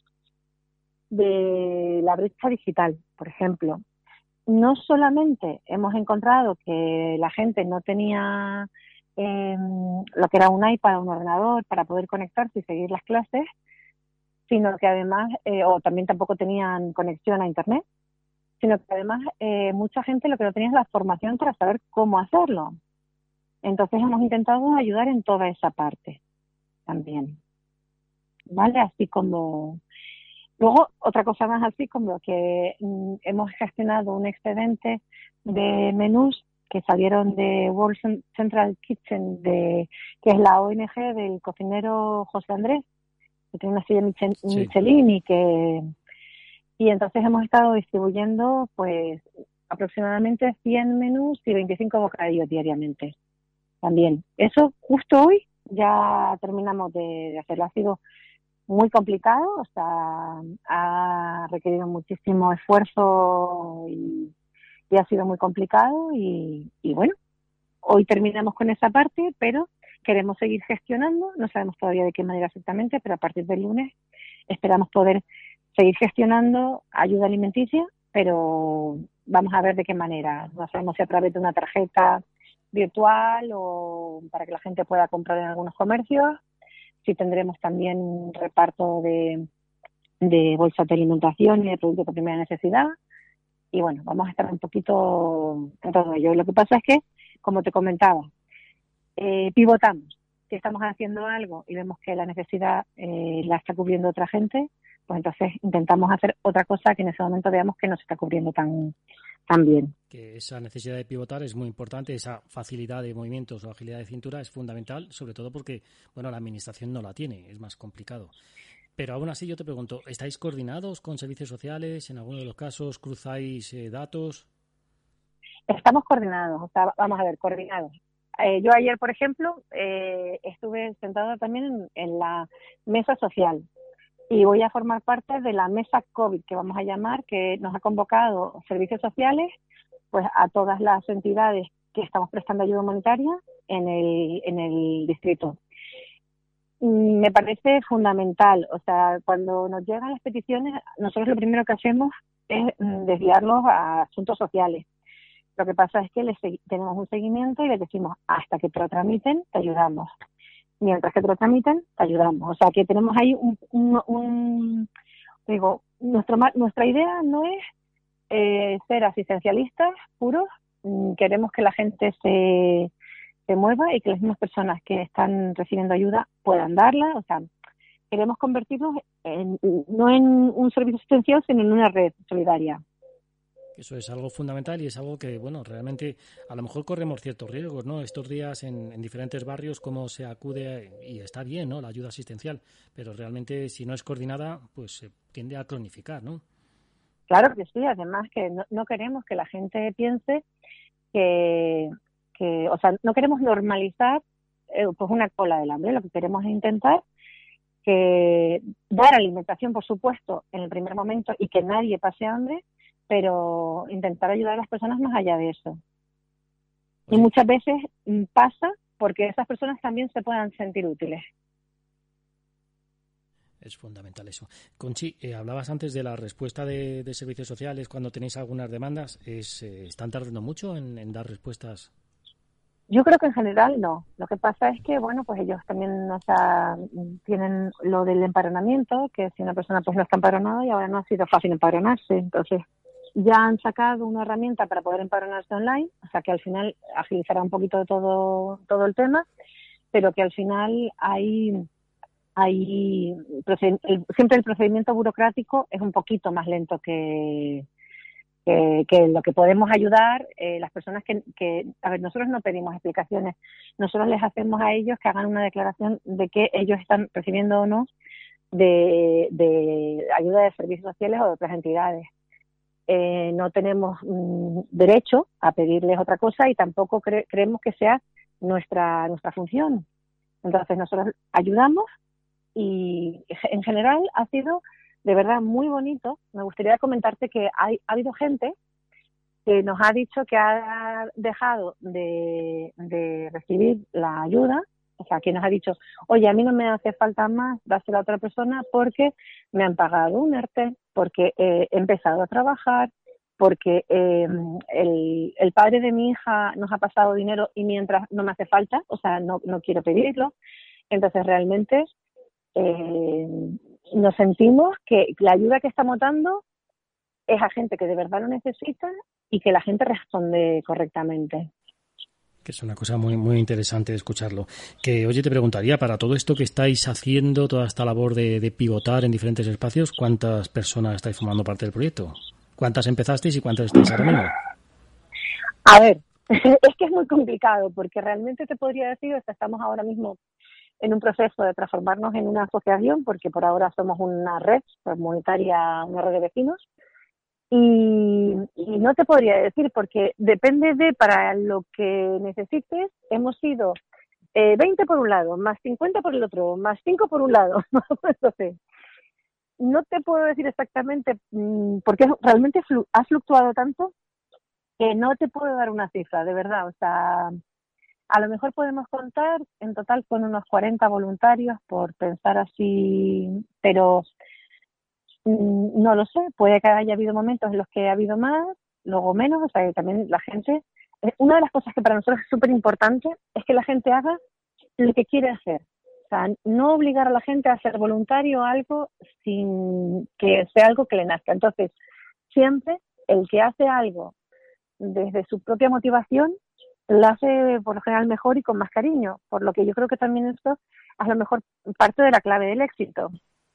de la brecha digital, por ejemplo. No solamente hemos encontrado que la gente no tenía lo que era un iPad o un ordenador para poder conectarse y seguir las clases, sino que además, o también tampoco tenían conexión a Internet, sino que además mucha gente lo que no tenía es la formación para saber cómo hacerlo. Entonces hemos intentado ayudar en toda esa parte también, ¿vale? Así como... Luego, otra cosa más así como que hemos gestionado un excedente de menús que salieron de World Central Kitchen, que es la ONG del cocinero José Andrés, que tiene una silla Michelin y entonces hemos estado distribuyendo pues aproximadamente 100 menús y 25 bocadillos diariamente también. Eso justo hoy ya terminamos de hacerlo. Ha sido muy complicado, o sea, ha requerido muchísimo esfuerzo y ha sido muy complicado y bueno, hoy terminamos con esa parte, pero queremos seguir gestionando, no sabemos todavía de qué manera exactamente, pero a partir del lunes esperamos poder seguir gestionando ayuda alimenticia, pero vamos a ver de qué manera. No sabemos si a través de una tarjeta virtual o para que la gente pueda comprar en algunos comercios, si tendremos también un reparto de bolsas de alimentación y de productos de primera necesidad. Y bueno, vamos a estar un poquito en todo ello. Lo que pasa es que, como te comentaba, pivotamos. Si estamos haciendo algo y vemos que la necesidad la está cubriendo otra gente, pues entonces intentamos hacer otra cosa que en ese momento veamos que no se está cubriendo tan bien. Que esa necesidad de pivotar es muy importante, esa facilidad de movimientos o agilidad de cintura es fundamental, sobre todo porque, bueno, la administración no la tiene, es más complicado. Pero aún así yo te pregunto, ¿estáis coordinados con servicios sociales? ¿En alguno de los casos cruzáis datos? Estamos coordinados, o sea, vamos a ver, coordinados. Yo ayer, por ejemplo, estuve sentada también en la mesa social y voy a formar parte de la mesa COVID, que vamos a llamar, que nos ha convocado servicios sociales, pues a todas las entidades que estamos prestando ayuda humanitaria en el distrito. Me parece fundamental, o sea, cuando nos llegan las peticiones, nosotros lo primero que hacemos es desviarlos a asuntos sociales. Lo que pasa es que tenemos un seguimiento y les decimos, hasta que te lo tramiten, te ayudamos. Mientras que te lo tramiten, te ayudamos. O sea, que tenemos ahí nuestra idea no es ser asistencialistas puros. Queremos que la gente se mueva y que las mismas personas que están recibiendo ayuda puedan darla. O sea, queremos convertirnos no en un servicio asistencial, sino en una red solidaria. Eso es algo fundamental y es algo que, bueno, realmente a lo mejor corremos ciertos riesgos, ¿no? Estos días en diferentes barrios, cómo se acude, y está bien, ¿no?, la ayuda asistencial, pero realmente si no es coordinada, pues se tiende a cronificar, ¿no? Claro que sí, además que no queremos que la gente piense que o sea, no queremos normalizar pues una cola del hambre. Lo que queremos es intentar que dar alimentación, por supuesto, en el primer momento y que nadie pase hambre, pero intentar ayudar a las personas más allá de eso. Y muchas veces pasa porque esas personas también se puedan sentir útiles. Es fundamental eso. Conchi, hablabas antes de la respuesta de servicios sociales cuando tenéis algunas demandas. ¿Están tardando mucho en dar respuestas? Yo creo que en general no. Lo que pasa es que, bueno, pues ellos también tienen lo del empadronamiento, que si una persona pues no está empadronada y ahora no ha sido fácil empadronarse. Entonces, ya han sacado una herramienta para poder empadronarse online, o sea que al final agilizará un poquito de todo el tema, pero que al final siempre el procedimiento burocrático es un poquito más lento que lo que podemos ayudar las personas que a ver, nosotros no pedimos explicaciones, nosotros les hacemos a ellos que hagan una declaración de que ellos están recibiendo o no de ayuda de servicios sociales o de otras entidades. No tenemos derecho a pedirles otra cosa y tampoco creemos que sea nuestra función. Entonces nosotros ayudamos y en general ha sido de verdad muy bonito. Me gustaría comentarte que ha habido gente que nos ha dicho que ha dejado de recibir la ayuda, o sea, que nos ha dicho, oye, a mí no me hace falta más dársela a otra persona porque me han pagado un ERTE, porque he empezado a trabajar, porque el padre de mi hija nos ha pasado dinero y mientras no me hace falta, o sea, no quiero pedirlo. Entonces, realmente nos sentimos que la ayuda que estamos dando es a gente que de verdad lo necesita y que la gente responde correctamente. Que es una cosa muy muy interesante de escucharlo. Que, oye, te preguntaría, para todo esto que estáis haciendo, toda esta labor de pivotar en diferentes espacios, ¿cuántas personas estáis formando parte del proyecto? ¿Cuántas empezasteis y cuántas estáis ahora mismo? A ver, es que es muy complicado, porque realmente te podría decir, o sea, estamos ahora mismo en un proceso de transformarnos en una asociación, porque por ahora somos una red comunitaria, una red de vecinos, y no te podría decir, porque depende de para lo que necesites. Hemos sido 20 por un lado, más 50 por el otro, más 5 por un lado. Entonces, no te puedo decir exactamente, porque realmente ha fluctuado tanto que no te puedo dar una cifra, de verdad. O sea, a lo mejor podemos contar en total con unos 40 voluntarios, por pensar así, pero no lo sé, puede que haya habido momentos en los que ha habido más, luego menos, o sea que también la gente, una de las cosas que para nosotros es súper importante es que la gente haga lo que quiere hacer. O sea, no obligar a la gente a ser voluntario a algo sin que sea algo que le nazca. Entonces, siempre el que hace algo desde su propia motivación, lo hace por lo general mejor y con más cariño, por lo que yo creo que también esto es a lo mejor parte de la clave del éxito.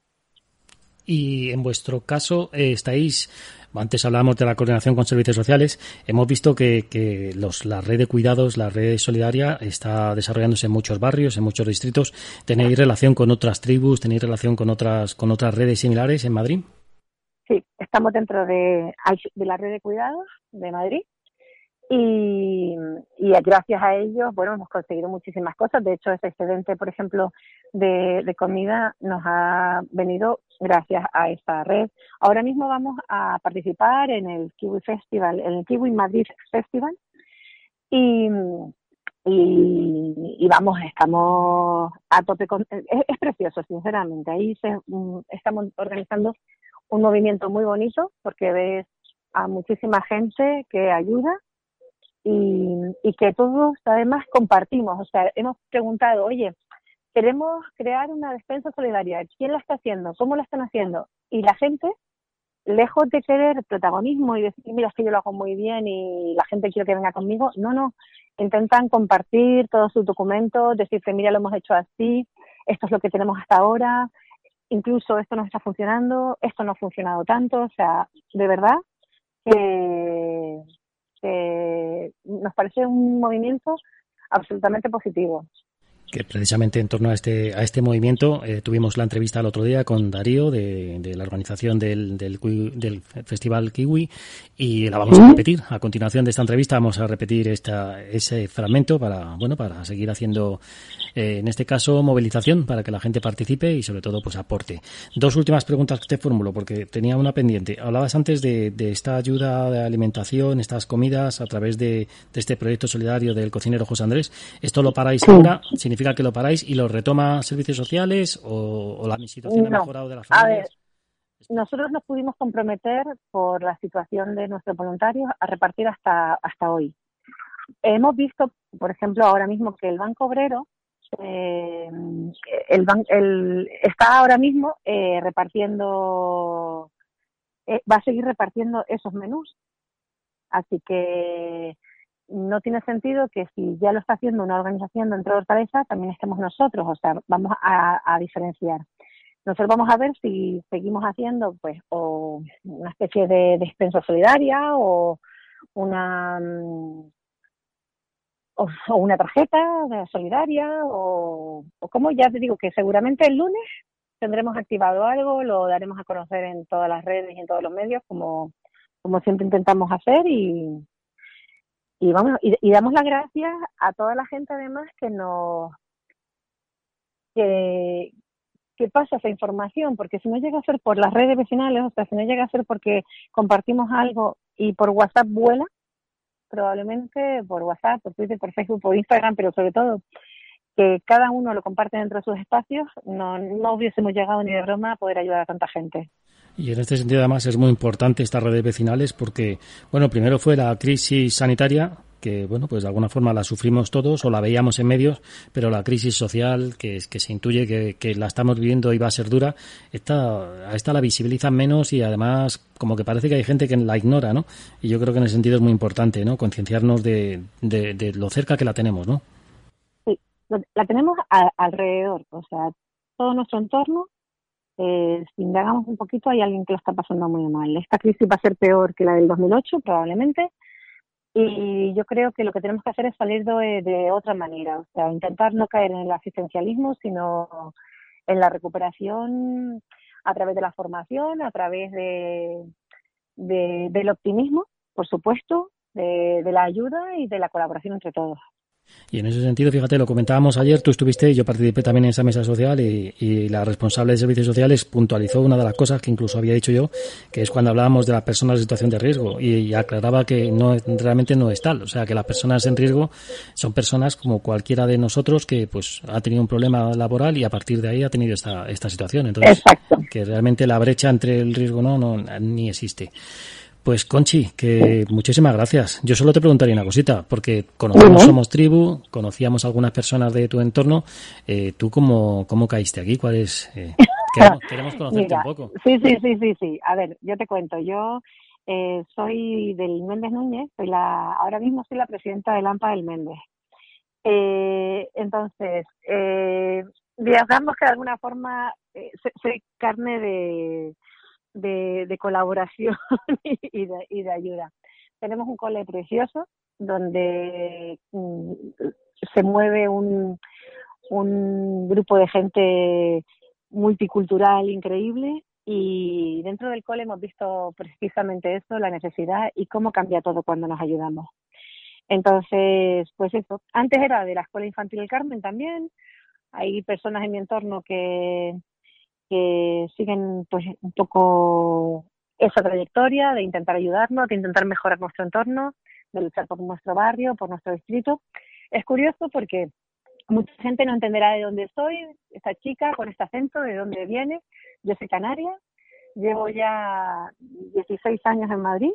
Y en vuestro caso estáis, antes hablábamos de la coordinación con servicios sociales, hemos visto que la red de cuidados, la red solidaria está desarrollándose en muchos barrios, en muchos distritos. ¿Tenéis relación con otras tribus, tenéis relación con otras redes similares en Madrid? Sí, estamos dentro de la red de cuidados de Madrid y gracias a ellos, bueno, hemos conseguido muchísimas cosas. De hecho, ese excedente, por ejemplo, de comida nos ha venido gracias a esta red. Ahora mismo vamos a participar en el Kiwi Festival, en el Kiwi Madrid Festival, y vamos, estamos a tope con... Es precioso, sinceramente. Ahí estamos organizando un movimiento muy bonito porque ves a muchísima gente que ayuda y que todos además compartimos. O sea, hemos preguntado, oye, queremos crear una despensa solidaria. ¿Quién la está haciendo? ¿Cómo la están haciendo? Y la gente, lejos de querer protagonismo y decir, mira, es que yo lo hago muy bien y la gente quiere que venga conmigo, no. Intentan compartir todos sus documentos, decirte, mira, lo hemos hecho así, esto es lo que tenemos hasta ahora, incluso esto no está funcionando, esto no ha funcionado tanto. O sea, de verdad que nos parece un movimiento absolutamente positivo. Que precisamente en torno a este movimiento tuvimos la entrevista el otro día con Darío de la organización del Festival Kiwi, y la vamos a repetir. A continuación de esta entrevista vamos a repetir ese fragmento para seguir haciendo, en este caso, movilización para que la gente participe y sobre todo pues aporte. Dos últimas preguntas que te formulo porque tenía una pendiente. Hablabas antes de esta ayuda de alimentación, estas comidas a través de este proyecto solidario del cocinero José Andrés. ¿Esto lo paráis ahora? ¿Significa que lo paráis y lo retoma Servicios Sociales o la situación ha mejorado de las familias? A ver, nosotros nos pudimos comprometer por la situación de nuestros voluntarios a repartir hasta hoy. Hemos visto, por ejemplo, ahora mismo que el Banco Obrero está ahora mismo repartiendo, va a seguir repartiendo esos menús. Así que no tiene sentido que si ya lo está haciendo una organización dentro de Hortaleza, también estemos nosotros. O sea, vamos a diferenciar. Nosotros vamos a ver si seguimos haciendo pues o una especie de despensa solidaria o una tarjeta solidaria o como ya te digo que seguramente el lunes tendremos activado algo, lo daremos a conocer en todas las redes y en todos los medios como siempre intentamos hacer y damos las gracias a toda la gente además que pasa esa información, porque si no llega a ser por las redes vecinales, o sea, si no llega a ser porque compartimos algo y por WhatsApp vuela, probablemente por WhatsApp, por Twitter, por Facebook, por Instagram, pero sobre todo que cada uno lo comparte dentro de sus espacios, no hubiésemos llegado ni de broma a poder ayudar a tanta gente. Y en este sentido, además, es muy importante estas redes vecinales porque, bueno, primero fue la crisis sanitaria, que, bueno, pues de alguna forma la sufrimos todos o la veíamos en medios, pero la crisis social, que se intuye que la estamos viviendo y va a ser dura, esta la visibilizan menos y además como que parece que hay gente que la ignora, ¿no? Y yo creo que en ese sentido es muy importante, ¿no? Concienciarnos de lo cerca que la tenemos, ¿no? Sí, la tenemos alrededor, o sea, todo nuestro entorno. Si indagamos un poquito, hay alguien que lo está pasando muy mal. Esta crisis va a ser peor que la del 2008, probablemente, y yo creo que lo que tenemos que hacer es salir de otra manera, o sea, intentar no caer en el asistencialismo, sino en la recuperación a través de la formación, a través del optimismo, por supuesto, de la ayuda y de la colaboración entre todos. Y en ese sentido, fíjate, lo comentábamos ayer, tú estuviste, yo participé también en esa mesa social y la responsable de Servicios Sociales puntualizó una de las cosas que incluso había dicho yo, que es cuando hablábamos de las personas en situación de riesgo y aclaraba que realmente no es tal, o sea, que las personas en riesgo son personas como cualquiera de nosotros que pues ha tenido un problema laboral y a partir de ahí ha tenido esta situación. Entonces, exacto, que realmente la brecha entre el riesgo no ni existe. Pues Conchi, que muchísimas gracias. Yo solo te preguntaría una cosita, porque conocemos Somos Tribu, conocíamos algunas personas de tu entorno. ¿Tú cómo caíste aquí? ¿Cuál es? Queremos conocerte un poco. Sí. A ver, yo te cuento. Yo soy del Méndez Núñez, ahora mismo soy la presidenta del AMPA del Méndez. Entonces, digamos que de alguna forma soy carne de colaboración y de ayuda. Tenemos un cole precioso donde se mueve un grupo de gente multicultural increíble y dentro del cole hemos visto precisamente eso, la necesidad y cómo cambia todo cuando nos ayudamos. Entonces, pues eso. Antes era de la Escuela Infantil El Carmen también. Hay personas en mi entorno que siguen pues un poco esa trayectoria de intentar ayudarnos, de intentar mejorar nuestro entorno, de luchar por nuestro barrio, por nuestro distrito. Es curioso porque mucha gente no entenderá de dónde soy, esta chica con este acento, de dónde viene. Yo soy canaria, llevo ya 16 años en Madrid,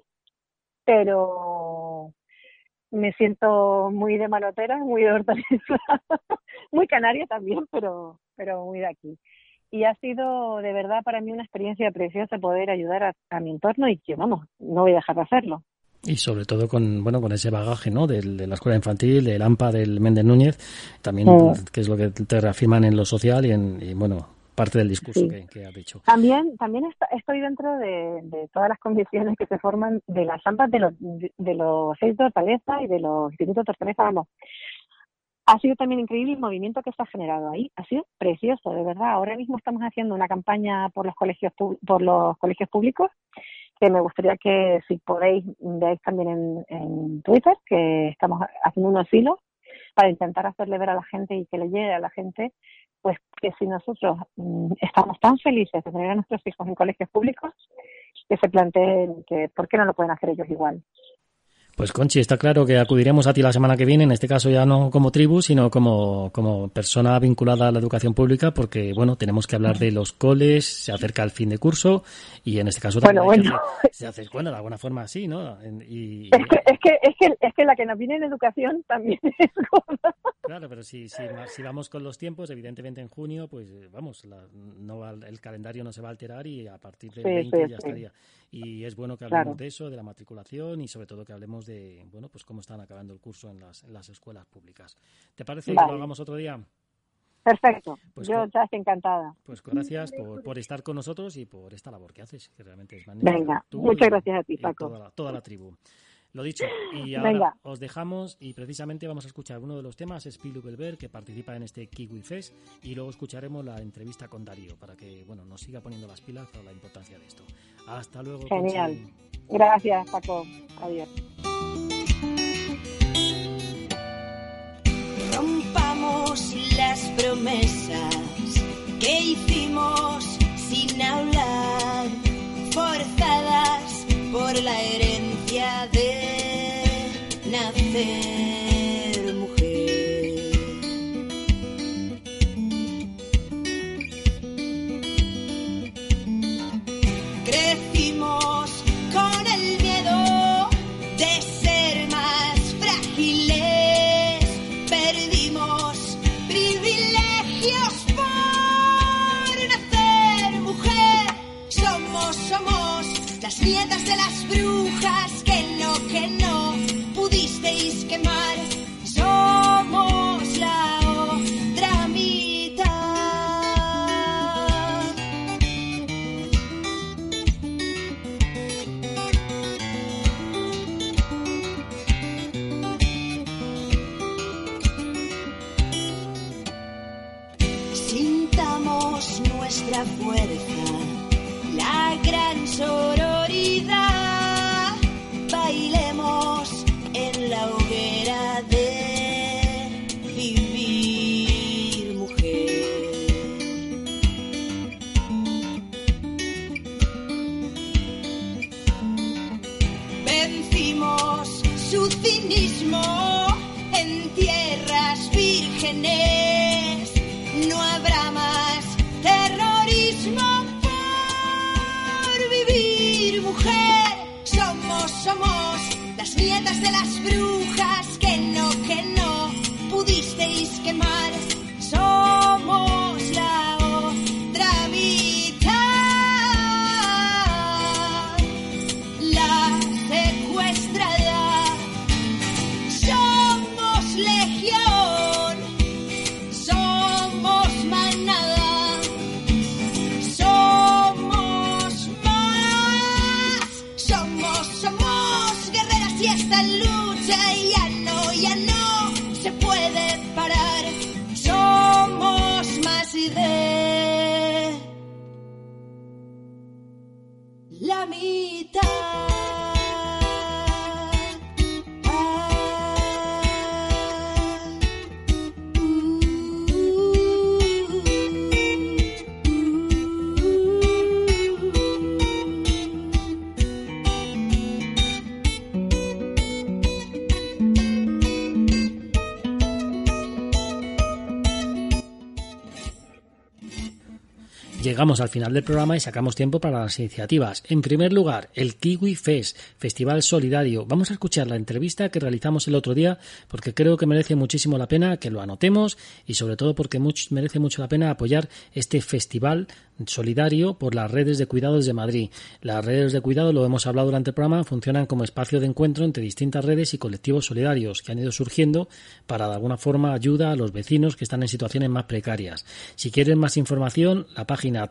pero me siento muy de Manotera, muy de Hortaleza, muy canaria también, pero muy de aquí. Y ha sido de verdad para mí una experiencia preciosa poder ayudar a mi entorno y que, vamos, no voy a dejar de hacerlo. Y sobre todo con ese bagaje, ¿no? De la escuela infantil, del AMPA, del Méndez Núñez, también, que es lo que te reafirman en lo social y bueno, parte del discurso que has dicho. También estoy dentro de todas las comisiones que se forman de las AMPAs de los 6 de Hortaleza y de los institutos de Hortaleza, vamos. Ha sido también increíble el movimiento que se ha generado ahí. Ha sido precioso, de verdad. Ahora mismo estamos haciendo una campaña por los colegios públicos, que me gustaría que, si podéis, veáis también en Twitter, que estamos haciendo unos hilos para intentar hacerle ver a la gente y que le llegue a la gente, pues que si nosotros estamos tan felices de tener a nuestros hijos en colegios públicos, que se planteen que por qué no lo pueden hacer ellos igual. Pues Conchi, está claro que acudiremos a ti la semana que viene, en este caso ya no como tribu, sino como persona vinculada a la educación pública, porque bueno, tenemos que hablar de los coles, se acerca el fin de curso y en este caso también se hace, bueno, de alguna forma así, ¿no? Es que la que nos viene en educación también es gorda. Claro, pero si vamos con los tiempos, evidentemente en junio, pues vamos, el calendario no se va a alterar y a partir del 20 ya estaría. Y es bueno que hablemos de eso, de la matriculación y sobre todo que hablemos de, bueno, pues cómo están acabando el curso en las escuelas públicas. ¿Te parece que lo hagamos otro día? Perfecto, pues yo ya estoy encantada. Pues gracias por estar con nosotros y por esta labor que haces, que realmente es magnífica. Venga, muchas gracias a ti, Paco. Toda la tribu. Lo dicho, y ahora os dejamos y precisamente vamos a escuchar uno de los temas, es Pilu Belver, que participa en este Kiwi Fest, y luego escucharemos la entrevista con Darío para que nos siga poniendo las pilas para la importancia de esto. Hasta luego. Genial. Conchi. Gracias, Paco. Adiós. Rompamos las promesas que hicimos sin hablar, forzadas por la herencia de nacer mujer. Crecimos con el miedo de ser más frágiles, perdimos privilegios por nacer mujer. Somos las nietas de las brujas que no pudisteis quemar. Somos la otra mitad. Sintamos nuestra fuerza, la gran sororidad. Bailemos en la hoguera de vivir mujer. Vencimos su cinismo en tierras vírgenes. No habrá más terrorismo por vivir mujer. Somos las nietas de las brujas que no pudisteis quemar. Somos la otra mitad, la secuestrada. Somos legión, somos manada, somos más, somos guerreras y esta lucha ya no se puede parar. llegamos al final del programa y sacamos tiempo para las iniciativas. En primer lugar, el Kiwi Fest, Festival Solidario. Vamos a escuchar la entrevista que realizamos el otro día porque creo que merece muchísimo la pena que lo anotemos y sobre todo porque merece mucho la pena apoyar este festival solidario por las redes de cuidados de Madrid. Las redes de cuidado, lo hemos hablado durante el programa, funcionan como espacio de encuentro entre distintas redes y colectivos solidarios que han ido surgiendo para de alguna forma ayuda a los vecinos que están en situaciones más precarias. Si quieren más información, la página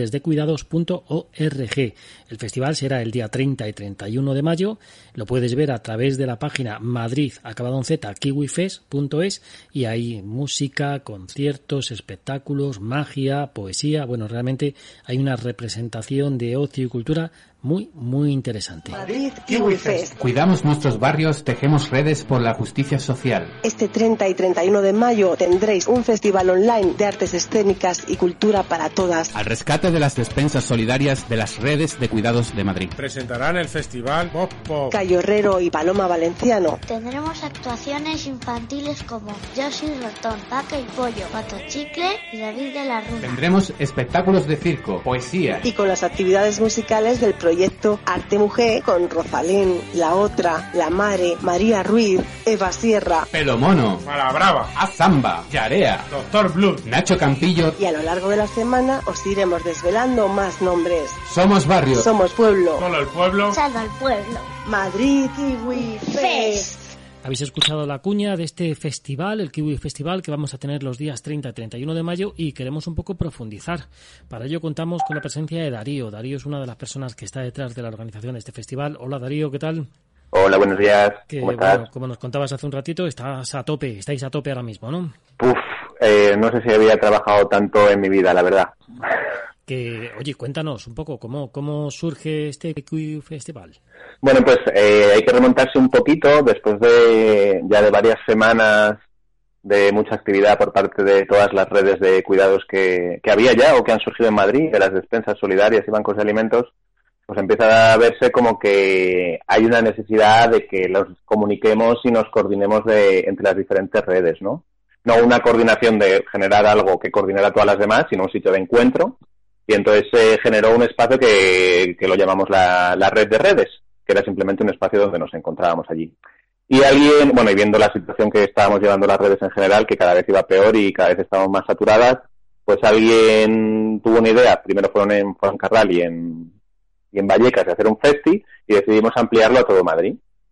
redesdecuidados.org. El festival será el día 30 y 31 de mayo. Lo puedes ver a través de la página Madrid acabado en Z kiwifest.es y hay música, conciertos, espectáculos, magia, poesía. Bueno, realmente hay una representación de ocio y cultura muy, muy interesante. Madrid Kiwi Fest. Cuidamos nuestros barrios, tejemos redes por la justicia social. Este 30 y 31 de mayo tendréis un festival online de artes escénicas y cultura para todas. Al rescate de las despensas solidarias de las redes de cuidados de Madrid. Presentarán el festival Pop Pop. Cayo Herrero y Paloma Valenciano. Tendremos actuaciones infantiles como Yo soy ratón, Vaca y Pollo, Pato Chicle y David de la Runa. Tendremos espectáculos de circo, poesía. Y con las actividades musicales del proyecto Arte Mujer con Rosalén, La Otra, La Mare, María Ruiz, Eva Sierra, Pelo Mono, Mala Brava, Azamba, Yarea, Doctor Blue, Nacho Campillo. Y a lo largo de la semana os iremos desvelando más nombres. Somos barrio. Somos pueblo. Solo el pueblo. Salva al pueblo. Madrid Kiwi Fest. Habéis escuchado la cuña de este festival, el Kiwi Festival, que vamos a tener los días 30 y 31 de mayo y queremos un poco profundizar. Para ello contamos con la presencia de Darío. Darío es una de las personas que está detrás de la organización de este festival. Hola Darío, ¿qué tal? Hola, buenos días. ¿Cómo estás? Bueno, como nos contabas hace un ratito, estáis a tope ahora mismo, ¿no? No sé si había trabajado tanto en mi vida, la verdad. Oye, cuéntanos un poco cómo surge este Kiwi Festival. Bueno, pues hay que remontarse un poquito después de varias semanas de mucha actividad por parte de todas las redes de cuidados que había ya o que han surgido en Madrid, de las despensas solidarias y bancos de alimentos. Pues empieza a verse como que hay una necesidad de que los comuniquemos y nos coordinemos entre las diferentes redes, ¿no? No una coordinación de generar algo que coordinara a todas las demás, sino un sitio de encuentro. Y entonces se generó un espacio que lo llamamos la red de redes, que era simplemente un espacio donde nos encontrábamos allí. Y y viendo la situación que estábamos llevando las redes en general, que cada vez iba peor y cada vez estábamos más saturadas, pues alguien tuvo una idea, primero fueron en Fuencarral y en Vallecas, de hacer un festi, y decidimos ampliarlo a todo Madrid.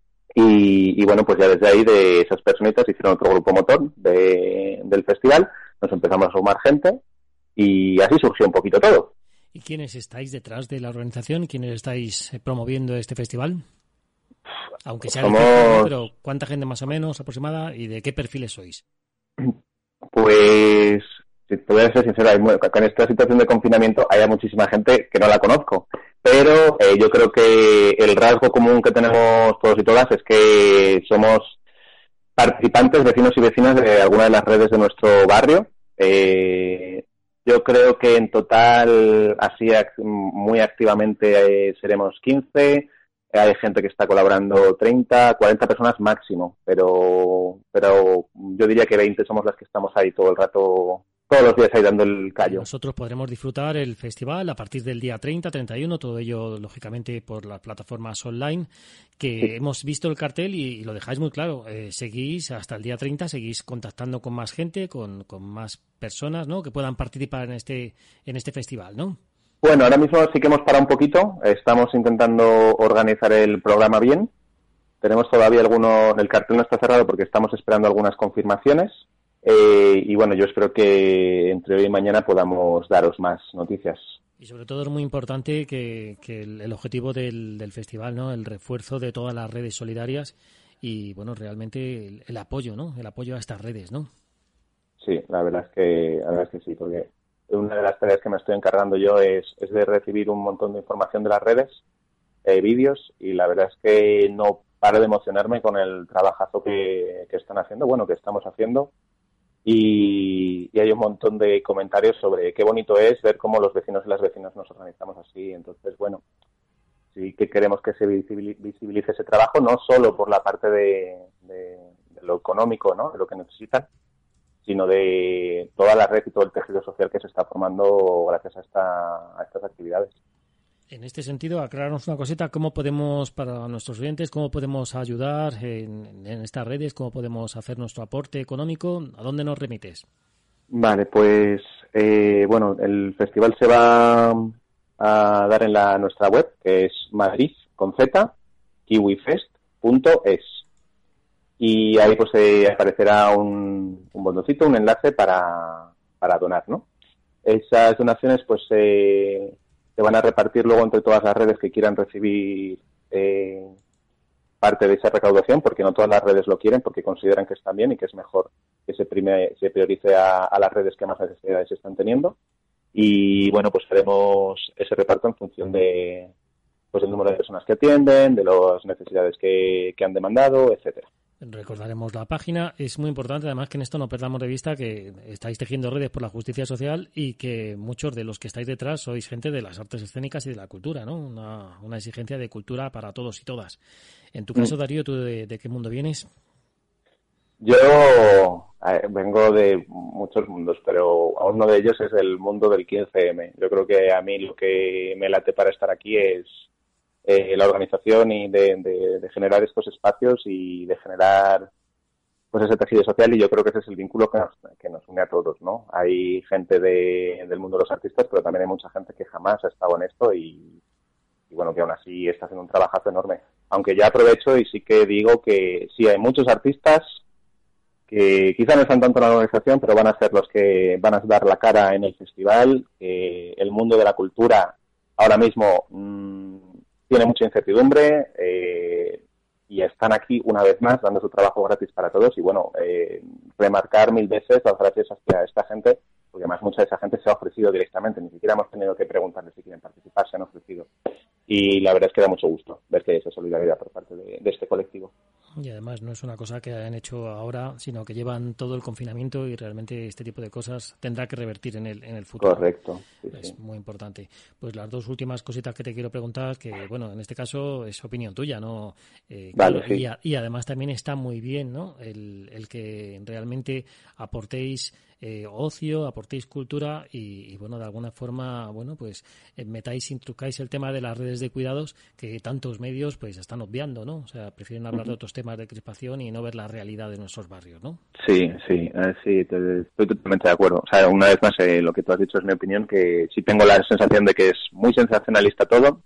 Y bueno, pues ya desde ahí de esas personitas hicieron otro grupo motor del festival, nos empezamos a sumar gente, y así surgió un poquito todo. ¿Y quiénes estáis detrás de la organización? ¿Quiénes estáis promoviendo este festival? Aunque sea difícil, pero ¿cuánta gente más o menos aproximada y de qué perfiles sois? Pues, si te voy a ser sincero, con esta situación de confinamiento hay muchísima gente que no la conozco, pero yo creo que el rasgo común que tenemos todos y todas es que somos participantes, vecinos y vecinas de alguna de las redes de nuestro barrio. Yo creo que en total, así muy activamente, seremos 15. Hay gente que está colaborando 30, 40 personas máximo, pero yo diría que 20 somos las que estamos ahí todo el rato, todos los días ahí dando el callo. Nosotros podremos disfrutar el festival a partir del día 30, 31, todo ello lógicamente por las plataformas online, que sí. Hemos visto el cartel y lo dejáis muy claro. Seguís hasta el día 30, seguís contactando con más gente, con más personas, ¿no?, que puedan participar en este festival, ¿no? Bueno, ahora mismo sí que hemos parado un poquito. Estamos intentando organizar el programa bien. Tenemos todavía el cartel no está cerrado porque estamos esperando algunas confirmaciones. Y bueno, yo espero que entre hoy y mañana podamos daros más noticias. Y sobre todo es muy importante que el objetivo del festival, ¿no?, el refuerzo de todas las redes solidarias y, bueno, realmente el apoyo, ¿no?, el apoyo a estas redes, ¿no? Sí, la verdad es que sí, porque una de las tareas que me estoy encargando yo es de recibir un montón de información de las redes, vídeos, y la verdad es que no paro de emocionarme con el trabajazo que están haciendo, que estamos haciendo, y hay un montón de comentarios sobre qué bonito es ver cómo los vecinos y las vecinas nos organizamos así. Entonces, bueno, sí que queremos que se visibilice ese trabajo, no solo por la parte de lo económico, ¿no?, de lo que necesitan, sino de toda la red y todo el tejido social que se está formando gracias a estas actividades. En este sentido, aclararnos una cosita, ¿cómo podemos, para nuestros oyentes, cómo podemos ayudar en estas redes? ¿Cómo podemos hacer nuestro aporte económico? ¿A dónde nos remites? Vale, pues bueno, el festival se va a dar en nuestra web, que es Madrid, con Z, kiwifest.es. Y ahí pues aparecerá un botoncito, un enlace para donar, ¿no? Esas donaciones pues se van a repartir luego entre todas las redes que quieran recibir parte de esa recaudación, porque no todas las redes lo quieren, porque consideran que están bien y que es mejor que se priorice a las redes que más necesidades están teniendo. Y bueno, pues haremos ese reparto en función de pues el número de personas que atienden, de las necesidades que han demandado, etcétera. Recordaremos la página. Es muy importante, además, que en esto no perdamos de vista que estáis tejiendo redes por la justicia social y que muchos de los que estáis detrás sois gente de las artes escénicas y de la cultura, ¿no? Una exigencia de cultura para todos y todas. En tu caso, Darío, ¿tú de qué mundo vienes? Yo vengo de muchos mundos, pero uno de ellos es el mundo del 15M. Yo creo que a mí lo que me late para estar aquí es la organización y de generar estos espacios y de generar pues ese tejido social, y yo creo que ese es el vínculo que nos une a todos, ¿no? Hay gente del mundo de los artistas, pero también hay mucha gente que jamás ha estado en esto y bueno, que aún así está haciendo un trabajazo enorme. Aunque ya aprovecho y sí que digo que sí, hay muchos artistas que quizá no están tanto en la organización, pero van a ser los que van a dar la cara en el festival. El mundo de la cultura ahora mismo tiene mucha incertidumbre y están aquí una vez más dando su trabajo gratis para todos. Y bueno, remarcar 1000 veces las gracias a esta gente, porque además mucha de esa gente se ha ofrecido directamente, ni siquiera hemos tenido que preguntarles si quieren participar, se han ofrecido. Y la verdad es que da mucho gusto ver que hay esa solidaridad por parte de este colectivo. Y además no es una cosa que hayan hecho ahora, sino que llevan todo el confinamiento y realmente este tipo de cosas tendrá que revertir en el futuro. Correcto. Sí, es muy importante. Pues las dos últimas cositas que te quiero preguntar, que bueno, en este caso es opinión tuya, ¿no? Vale, claro, sí. Y además también está muy bien, ¿no? El que realmente aportéis ocio, aportéis cultura y bueno, de alguna forma, bueno, pues intrucáis el tema de las redes de cuidados que tantos medios pues están obviando, ¿no? O sea, prefieren hablar de otros temas de crispación y no ver la realidad de nuestros barrios, ¿no? Sí, estoy totalmente de acuerdo. O sea, una vez más, lo que tú has dicho es mi opinión, que sí tengo la sensación de que es muy sensacionalista todo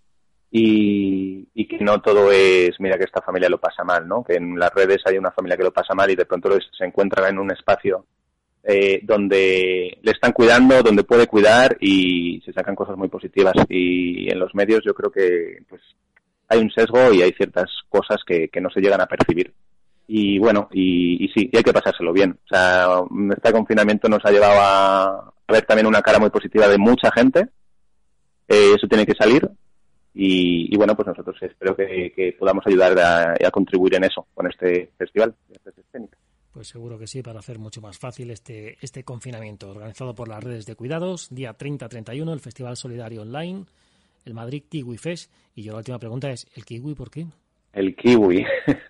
y que no todo es, mira que esta familia lo pasa mal, ¿no? Que en las redes hay una familia que lo pasa mal y de pronto se encuentran en un espacio donde le están cuidando, donde puede cuidar y se sacan cosas muy positivas. Y en los medios yo creo que pues hay un sesgo y hay ciertas cosas que no se llegan a percibir. Y bueno, y sí, y hay que pasárselo bien. O sea, este confinamiento nos ha llevado a ver también una cara muy positiva de mucha gente. Eso tiene que salir. Y bueno, pues nosotros espero que podamos ayudar a contribuir en eso con este festival de artes escénicas. Pues seguro que sí, para hacer mucho más fácil este confinamiento. Organizado por las redes de cuidados, día 30-31, el Festival Solidario Online, el Madrid Kiwi Fest. Y yo la última pregunta es, ¿el kiwi por qué? El kiwi.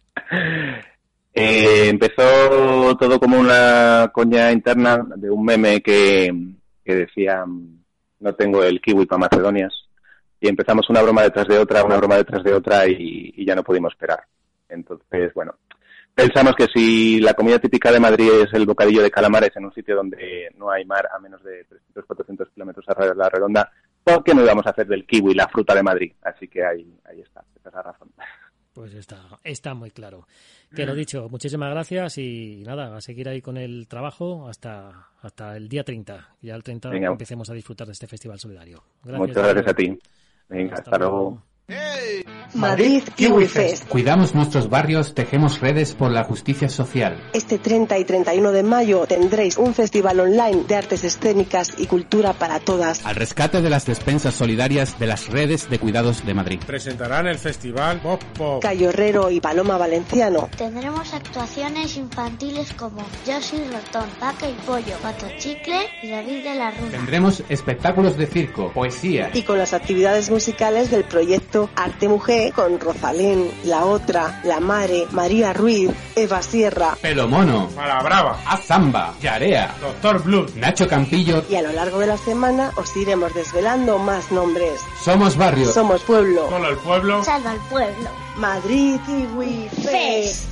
Empezó todo como una coña interna de un meme que decía, no tengo el kiwi para Macedonias. Y empezamos una broma detrás de otra y ya no pudimos esperar. Entonces, bueno, pensamos que si la comida típica de Madrid es el bocadillo de calamares en un sitio donde no hay mar a menos de 300-400 kilómetros a la redonda, ¿por qué no íbamos a hacer del kiwi la fruta de Madrid? Así que ahí está, esa es la razón. Pues está muy claro. Que lo dicho, muchísimas gracias y nada, a seguir ahí con el trabajo hasta el día 30. Ya el 30 Venga. Empecemos a disfrutar de este festival solidario. Gracias, muchas gracias a ti. Venga, hasta luego. Madrid Kiwi Fest. Cuidamos nuestros barrios, tejemos redes por la justicia social. Este 30 y 31 de mayo tendréis un festival online de artes escénicas y cultura para todas. Al rescate de las despensas solidarias de las redes de cuidados de Madrid. Presentarán el festival Pop Pop. Cayo Herrero y Paloma Valenciano. Tendremos actuaciones infantiles como Yo soy Ratón, Vaca y Pollo, Pato Chicle y David de la Runa. Tendremos espectáculos de circo, poesía. Y con las actividades musicales del proyecto proyecto Arte Mujer con Rosalén, La Otra, La Mare, María Ruiz, Eva Sierra, Pelo Mono, Mala Brava, Azamba, Yarea, Doctor Blue, Nacho Campillo. y a lo largo de la semana os iremos desvelando más nombres. Somos barrio. Somos pueblo. Solo el pueblo. Salva al pueblo. Madrid Kiwi Fest.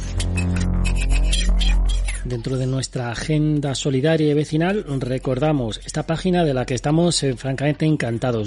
Dentro de nuestra agenda solidaria y vecinal, recordamos esta página de la que estamos francamente encantados,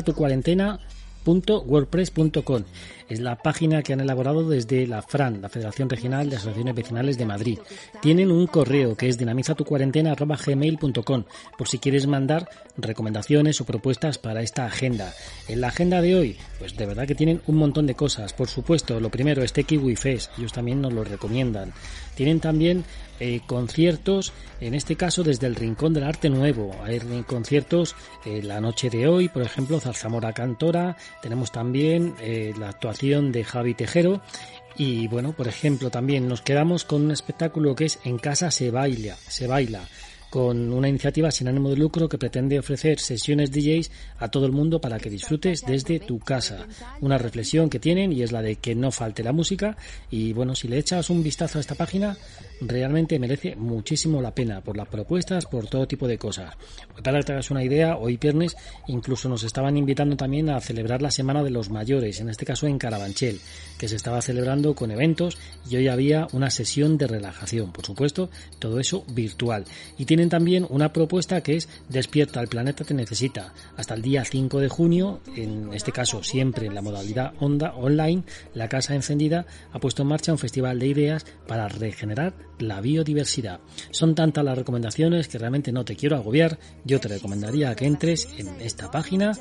dinamizatucuarentena.wordpress.com. Es la página que han elaborado desde la FRAN, la Federación Regional de Asociaciones Vecinales de Madrid. Tienen un correo que es dinamizatucuarentena@gmail.com por si quieres mandar recomendaciones o propuestas para esta agenda. En la agenda de hoy, pues de verdad que tienen un montón de cosas. Por supuesto, lo primero, este Kiwi Fest, ellos también nos lo recomiendan. Tienen también conciertos, en este caso desde el Rincón del Arte Nuevo. Hay conciertos la noche de hoy, por ejemplo, Zarzamora Cantora. Tenemos también la actuación de Javi Tejero. Y bueno, por ejemplo, también nos quedamos con un espectáculo que es En Casa se baila, con una iniciativa sin ánimo de lucro que pretende ofrecer sesiones DJs a todo el mundo para que disfrutes desde tu casa. Una reflexión que tienen y es la de que no falte la música, y bueno, si le echas un vistazo a esta página, realmente merece muchísimo la pena por las propuestas, por todo tipo de cosas. Para que te hagas una idea, hoy viernes incluso nos estaban invitando también a celebrar la Semana de los Mayores, en este caso en Carabanchel, que se estaba celebrando con eventos, y hoy había una sesión de relajación, por supuesto, todo eso virtual. Y tienen también una propuesta que es Despierta, el planeta te necesita. Hasta el día 5 de junio, en este caso siempre en la modalidad online, la Casa Encendida ha puesto en marcha un festival de ideas para regenerar la biodiversidad. Son tantas las recomendaciones que realmente no te quiero agobiar. Yo te recomendaría que entres en esta página,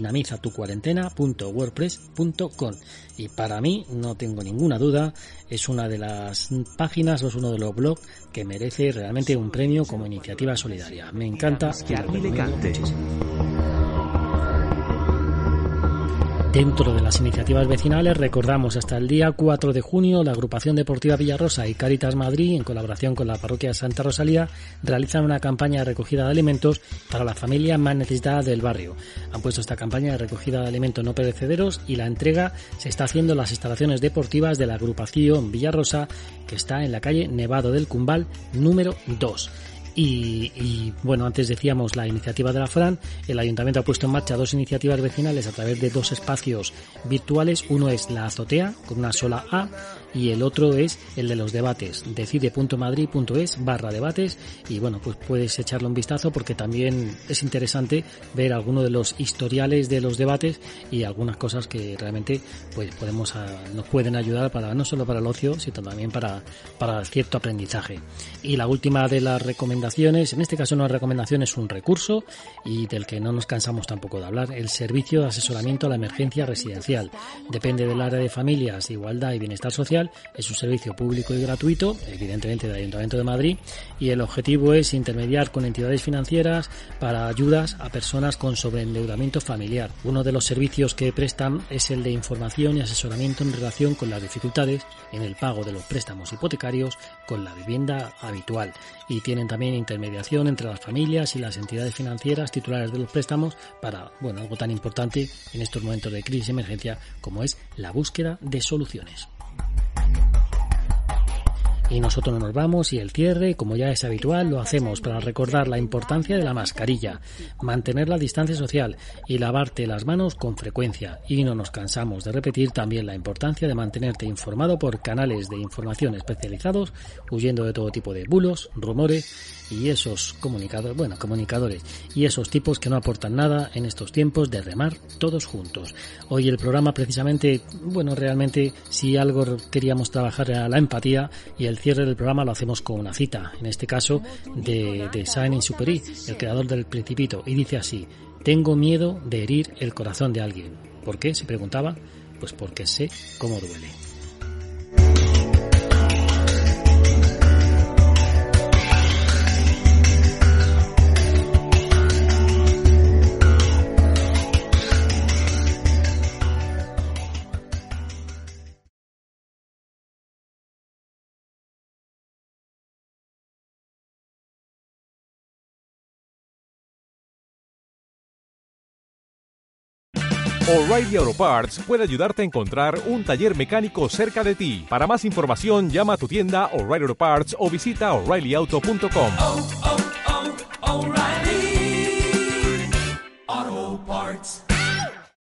dinamizatucuarentena.wordpress.com, y para mí, no tengo ninguna duda, es una de las páginas o es uno de los blogs que merece realmente un premio como iniciativa solidaria. Me encanta y lo recomiendo muchísimo. Dentro de las iniciativas vecinales, recordamos hasta el día 4 de junio la Agrupación Deportiva Villarrosa y Cáritas Madrid, en colaboración con la Parroquia de Santa Rosalía, realizan una campaña de recogida de alimentos para la familia más necesitada del barrio. Han puesto esta campaña de recogida de alimentos no perecederos y la entrega se está haciendo en las instalaciones deportivas de la Agrupación Villarrosa, que está en la calle Nevado del Cumbal número 2. Y bueno, antes decíamos la iniciativa de la FRAN. El Ayuntamiento ha puesto en marcha dos iniciativas vecinales a través de dos espacios virtuales. Uno es la azotea con una sola A y el otro es el de los debates, decide.madrid.es/debates, y bueno, pues puedes echarle un vistazo porque también es interesante ver algunos de los historiales de los debates y algunas cosas que realmente pues nos pueden ayudar para no solo para el ocio, sino también para cierto aprendizaje. Y la última de las recomendaciones, en este caso no es recomendación, es un recurso y del que no nos cansamos tampoco de hablar: el servicio de asesoramiento a la emergencia residencial. Depende del área de familias, igualdad y bienestar social. Es un servicio público y gratuito, evidentemente del Ayuntamiento de Madrid, y el objetivo es intermediar con entidades financieras para ayudas a personas con sobreendeudamiento familiar. Uno de los servicios que prestan es el de información y asesoramiento en relación con las dificultades en el pago de los préstamos hipotecarios con la vivienda habitual, y tienen también intermediación entre las familias y las entidades financieras titulares de los préstamos para, bueno, algo tan importante en estos momentos de crisis y emergencia como es la búsqueda de soluciones. Y nosotros nos vamos, y el cierre, como ya es habitual, lo hacemos para recordar la importancia de la mascarilla, mantener la distancia social y lavarte las manos con frecuencia. Y no nos cansamos de repetir también la importancia de mantenerte informado por canales de información especializados, huyendo de todo tipo de bulos, rumores y esos comunicadores y esos tipos que no aportan nada en estos tiempos de remar todos juntos. Hoy el programa precisamente, realmente si algo queríamos trabajar era la empatía, y el cierre del programa lo hacemos con una cita, en este caso de Saint-Exupéry, el creador del Principito, y dice así: tengo miedo de herir el corazón de alguien. ¿Por qué?, se preguntaba. Pues porque sé cómo duele. O'Reilly Auto Parts puede ayudarte a encontrar un taller mecánico cerca de ti. Para más información, llama a tu tienda O'Reilly Auto Parts o visita O'ReillyAuto.com.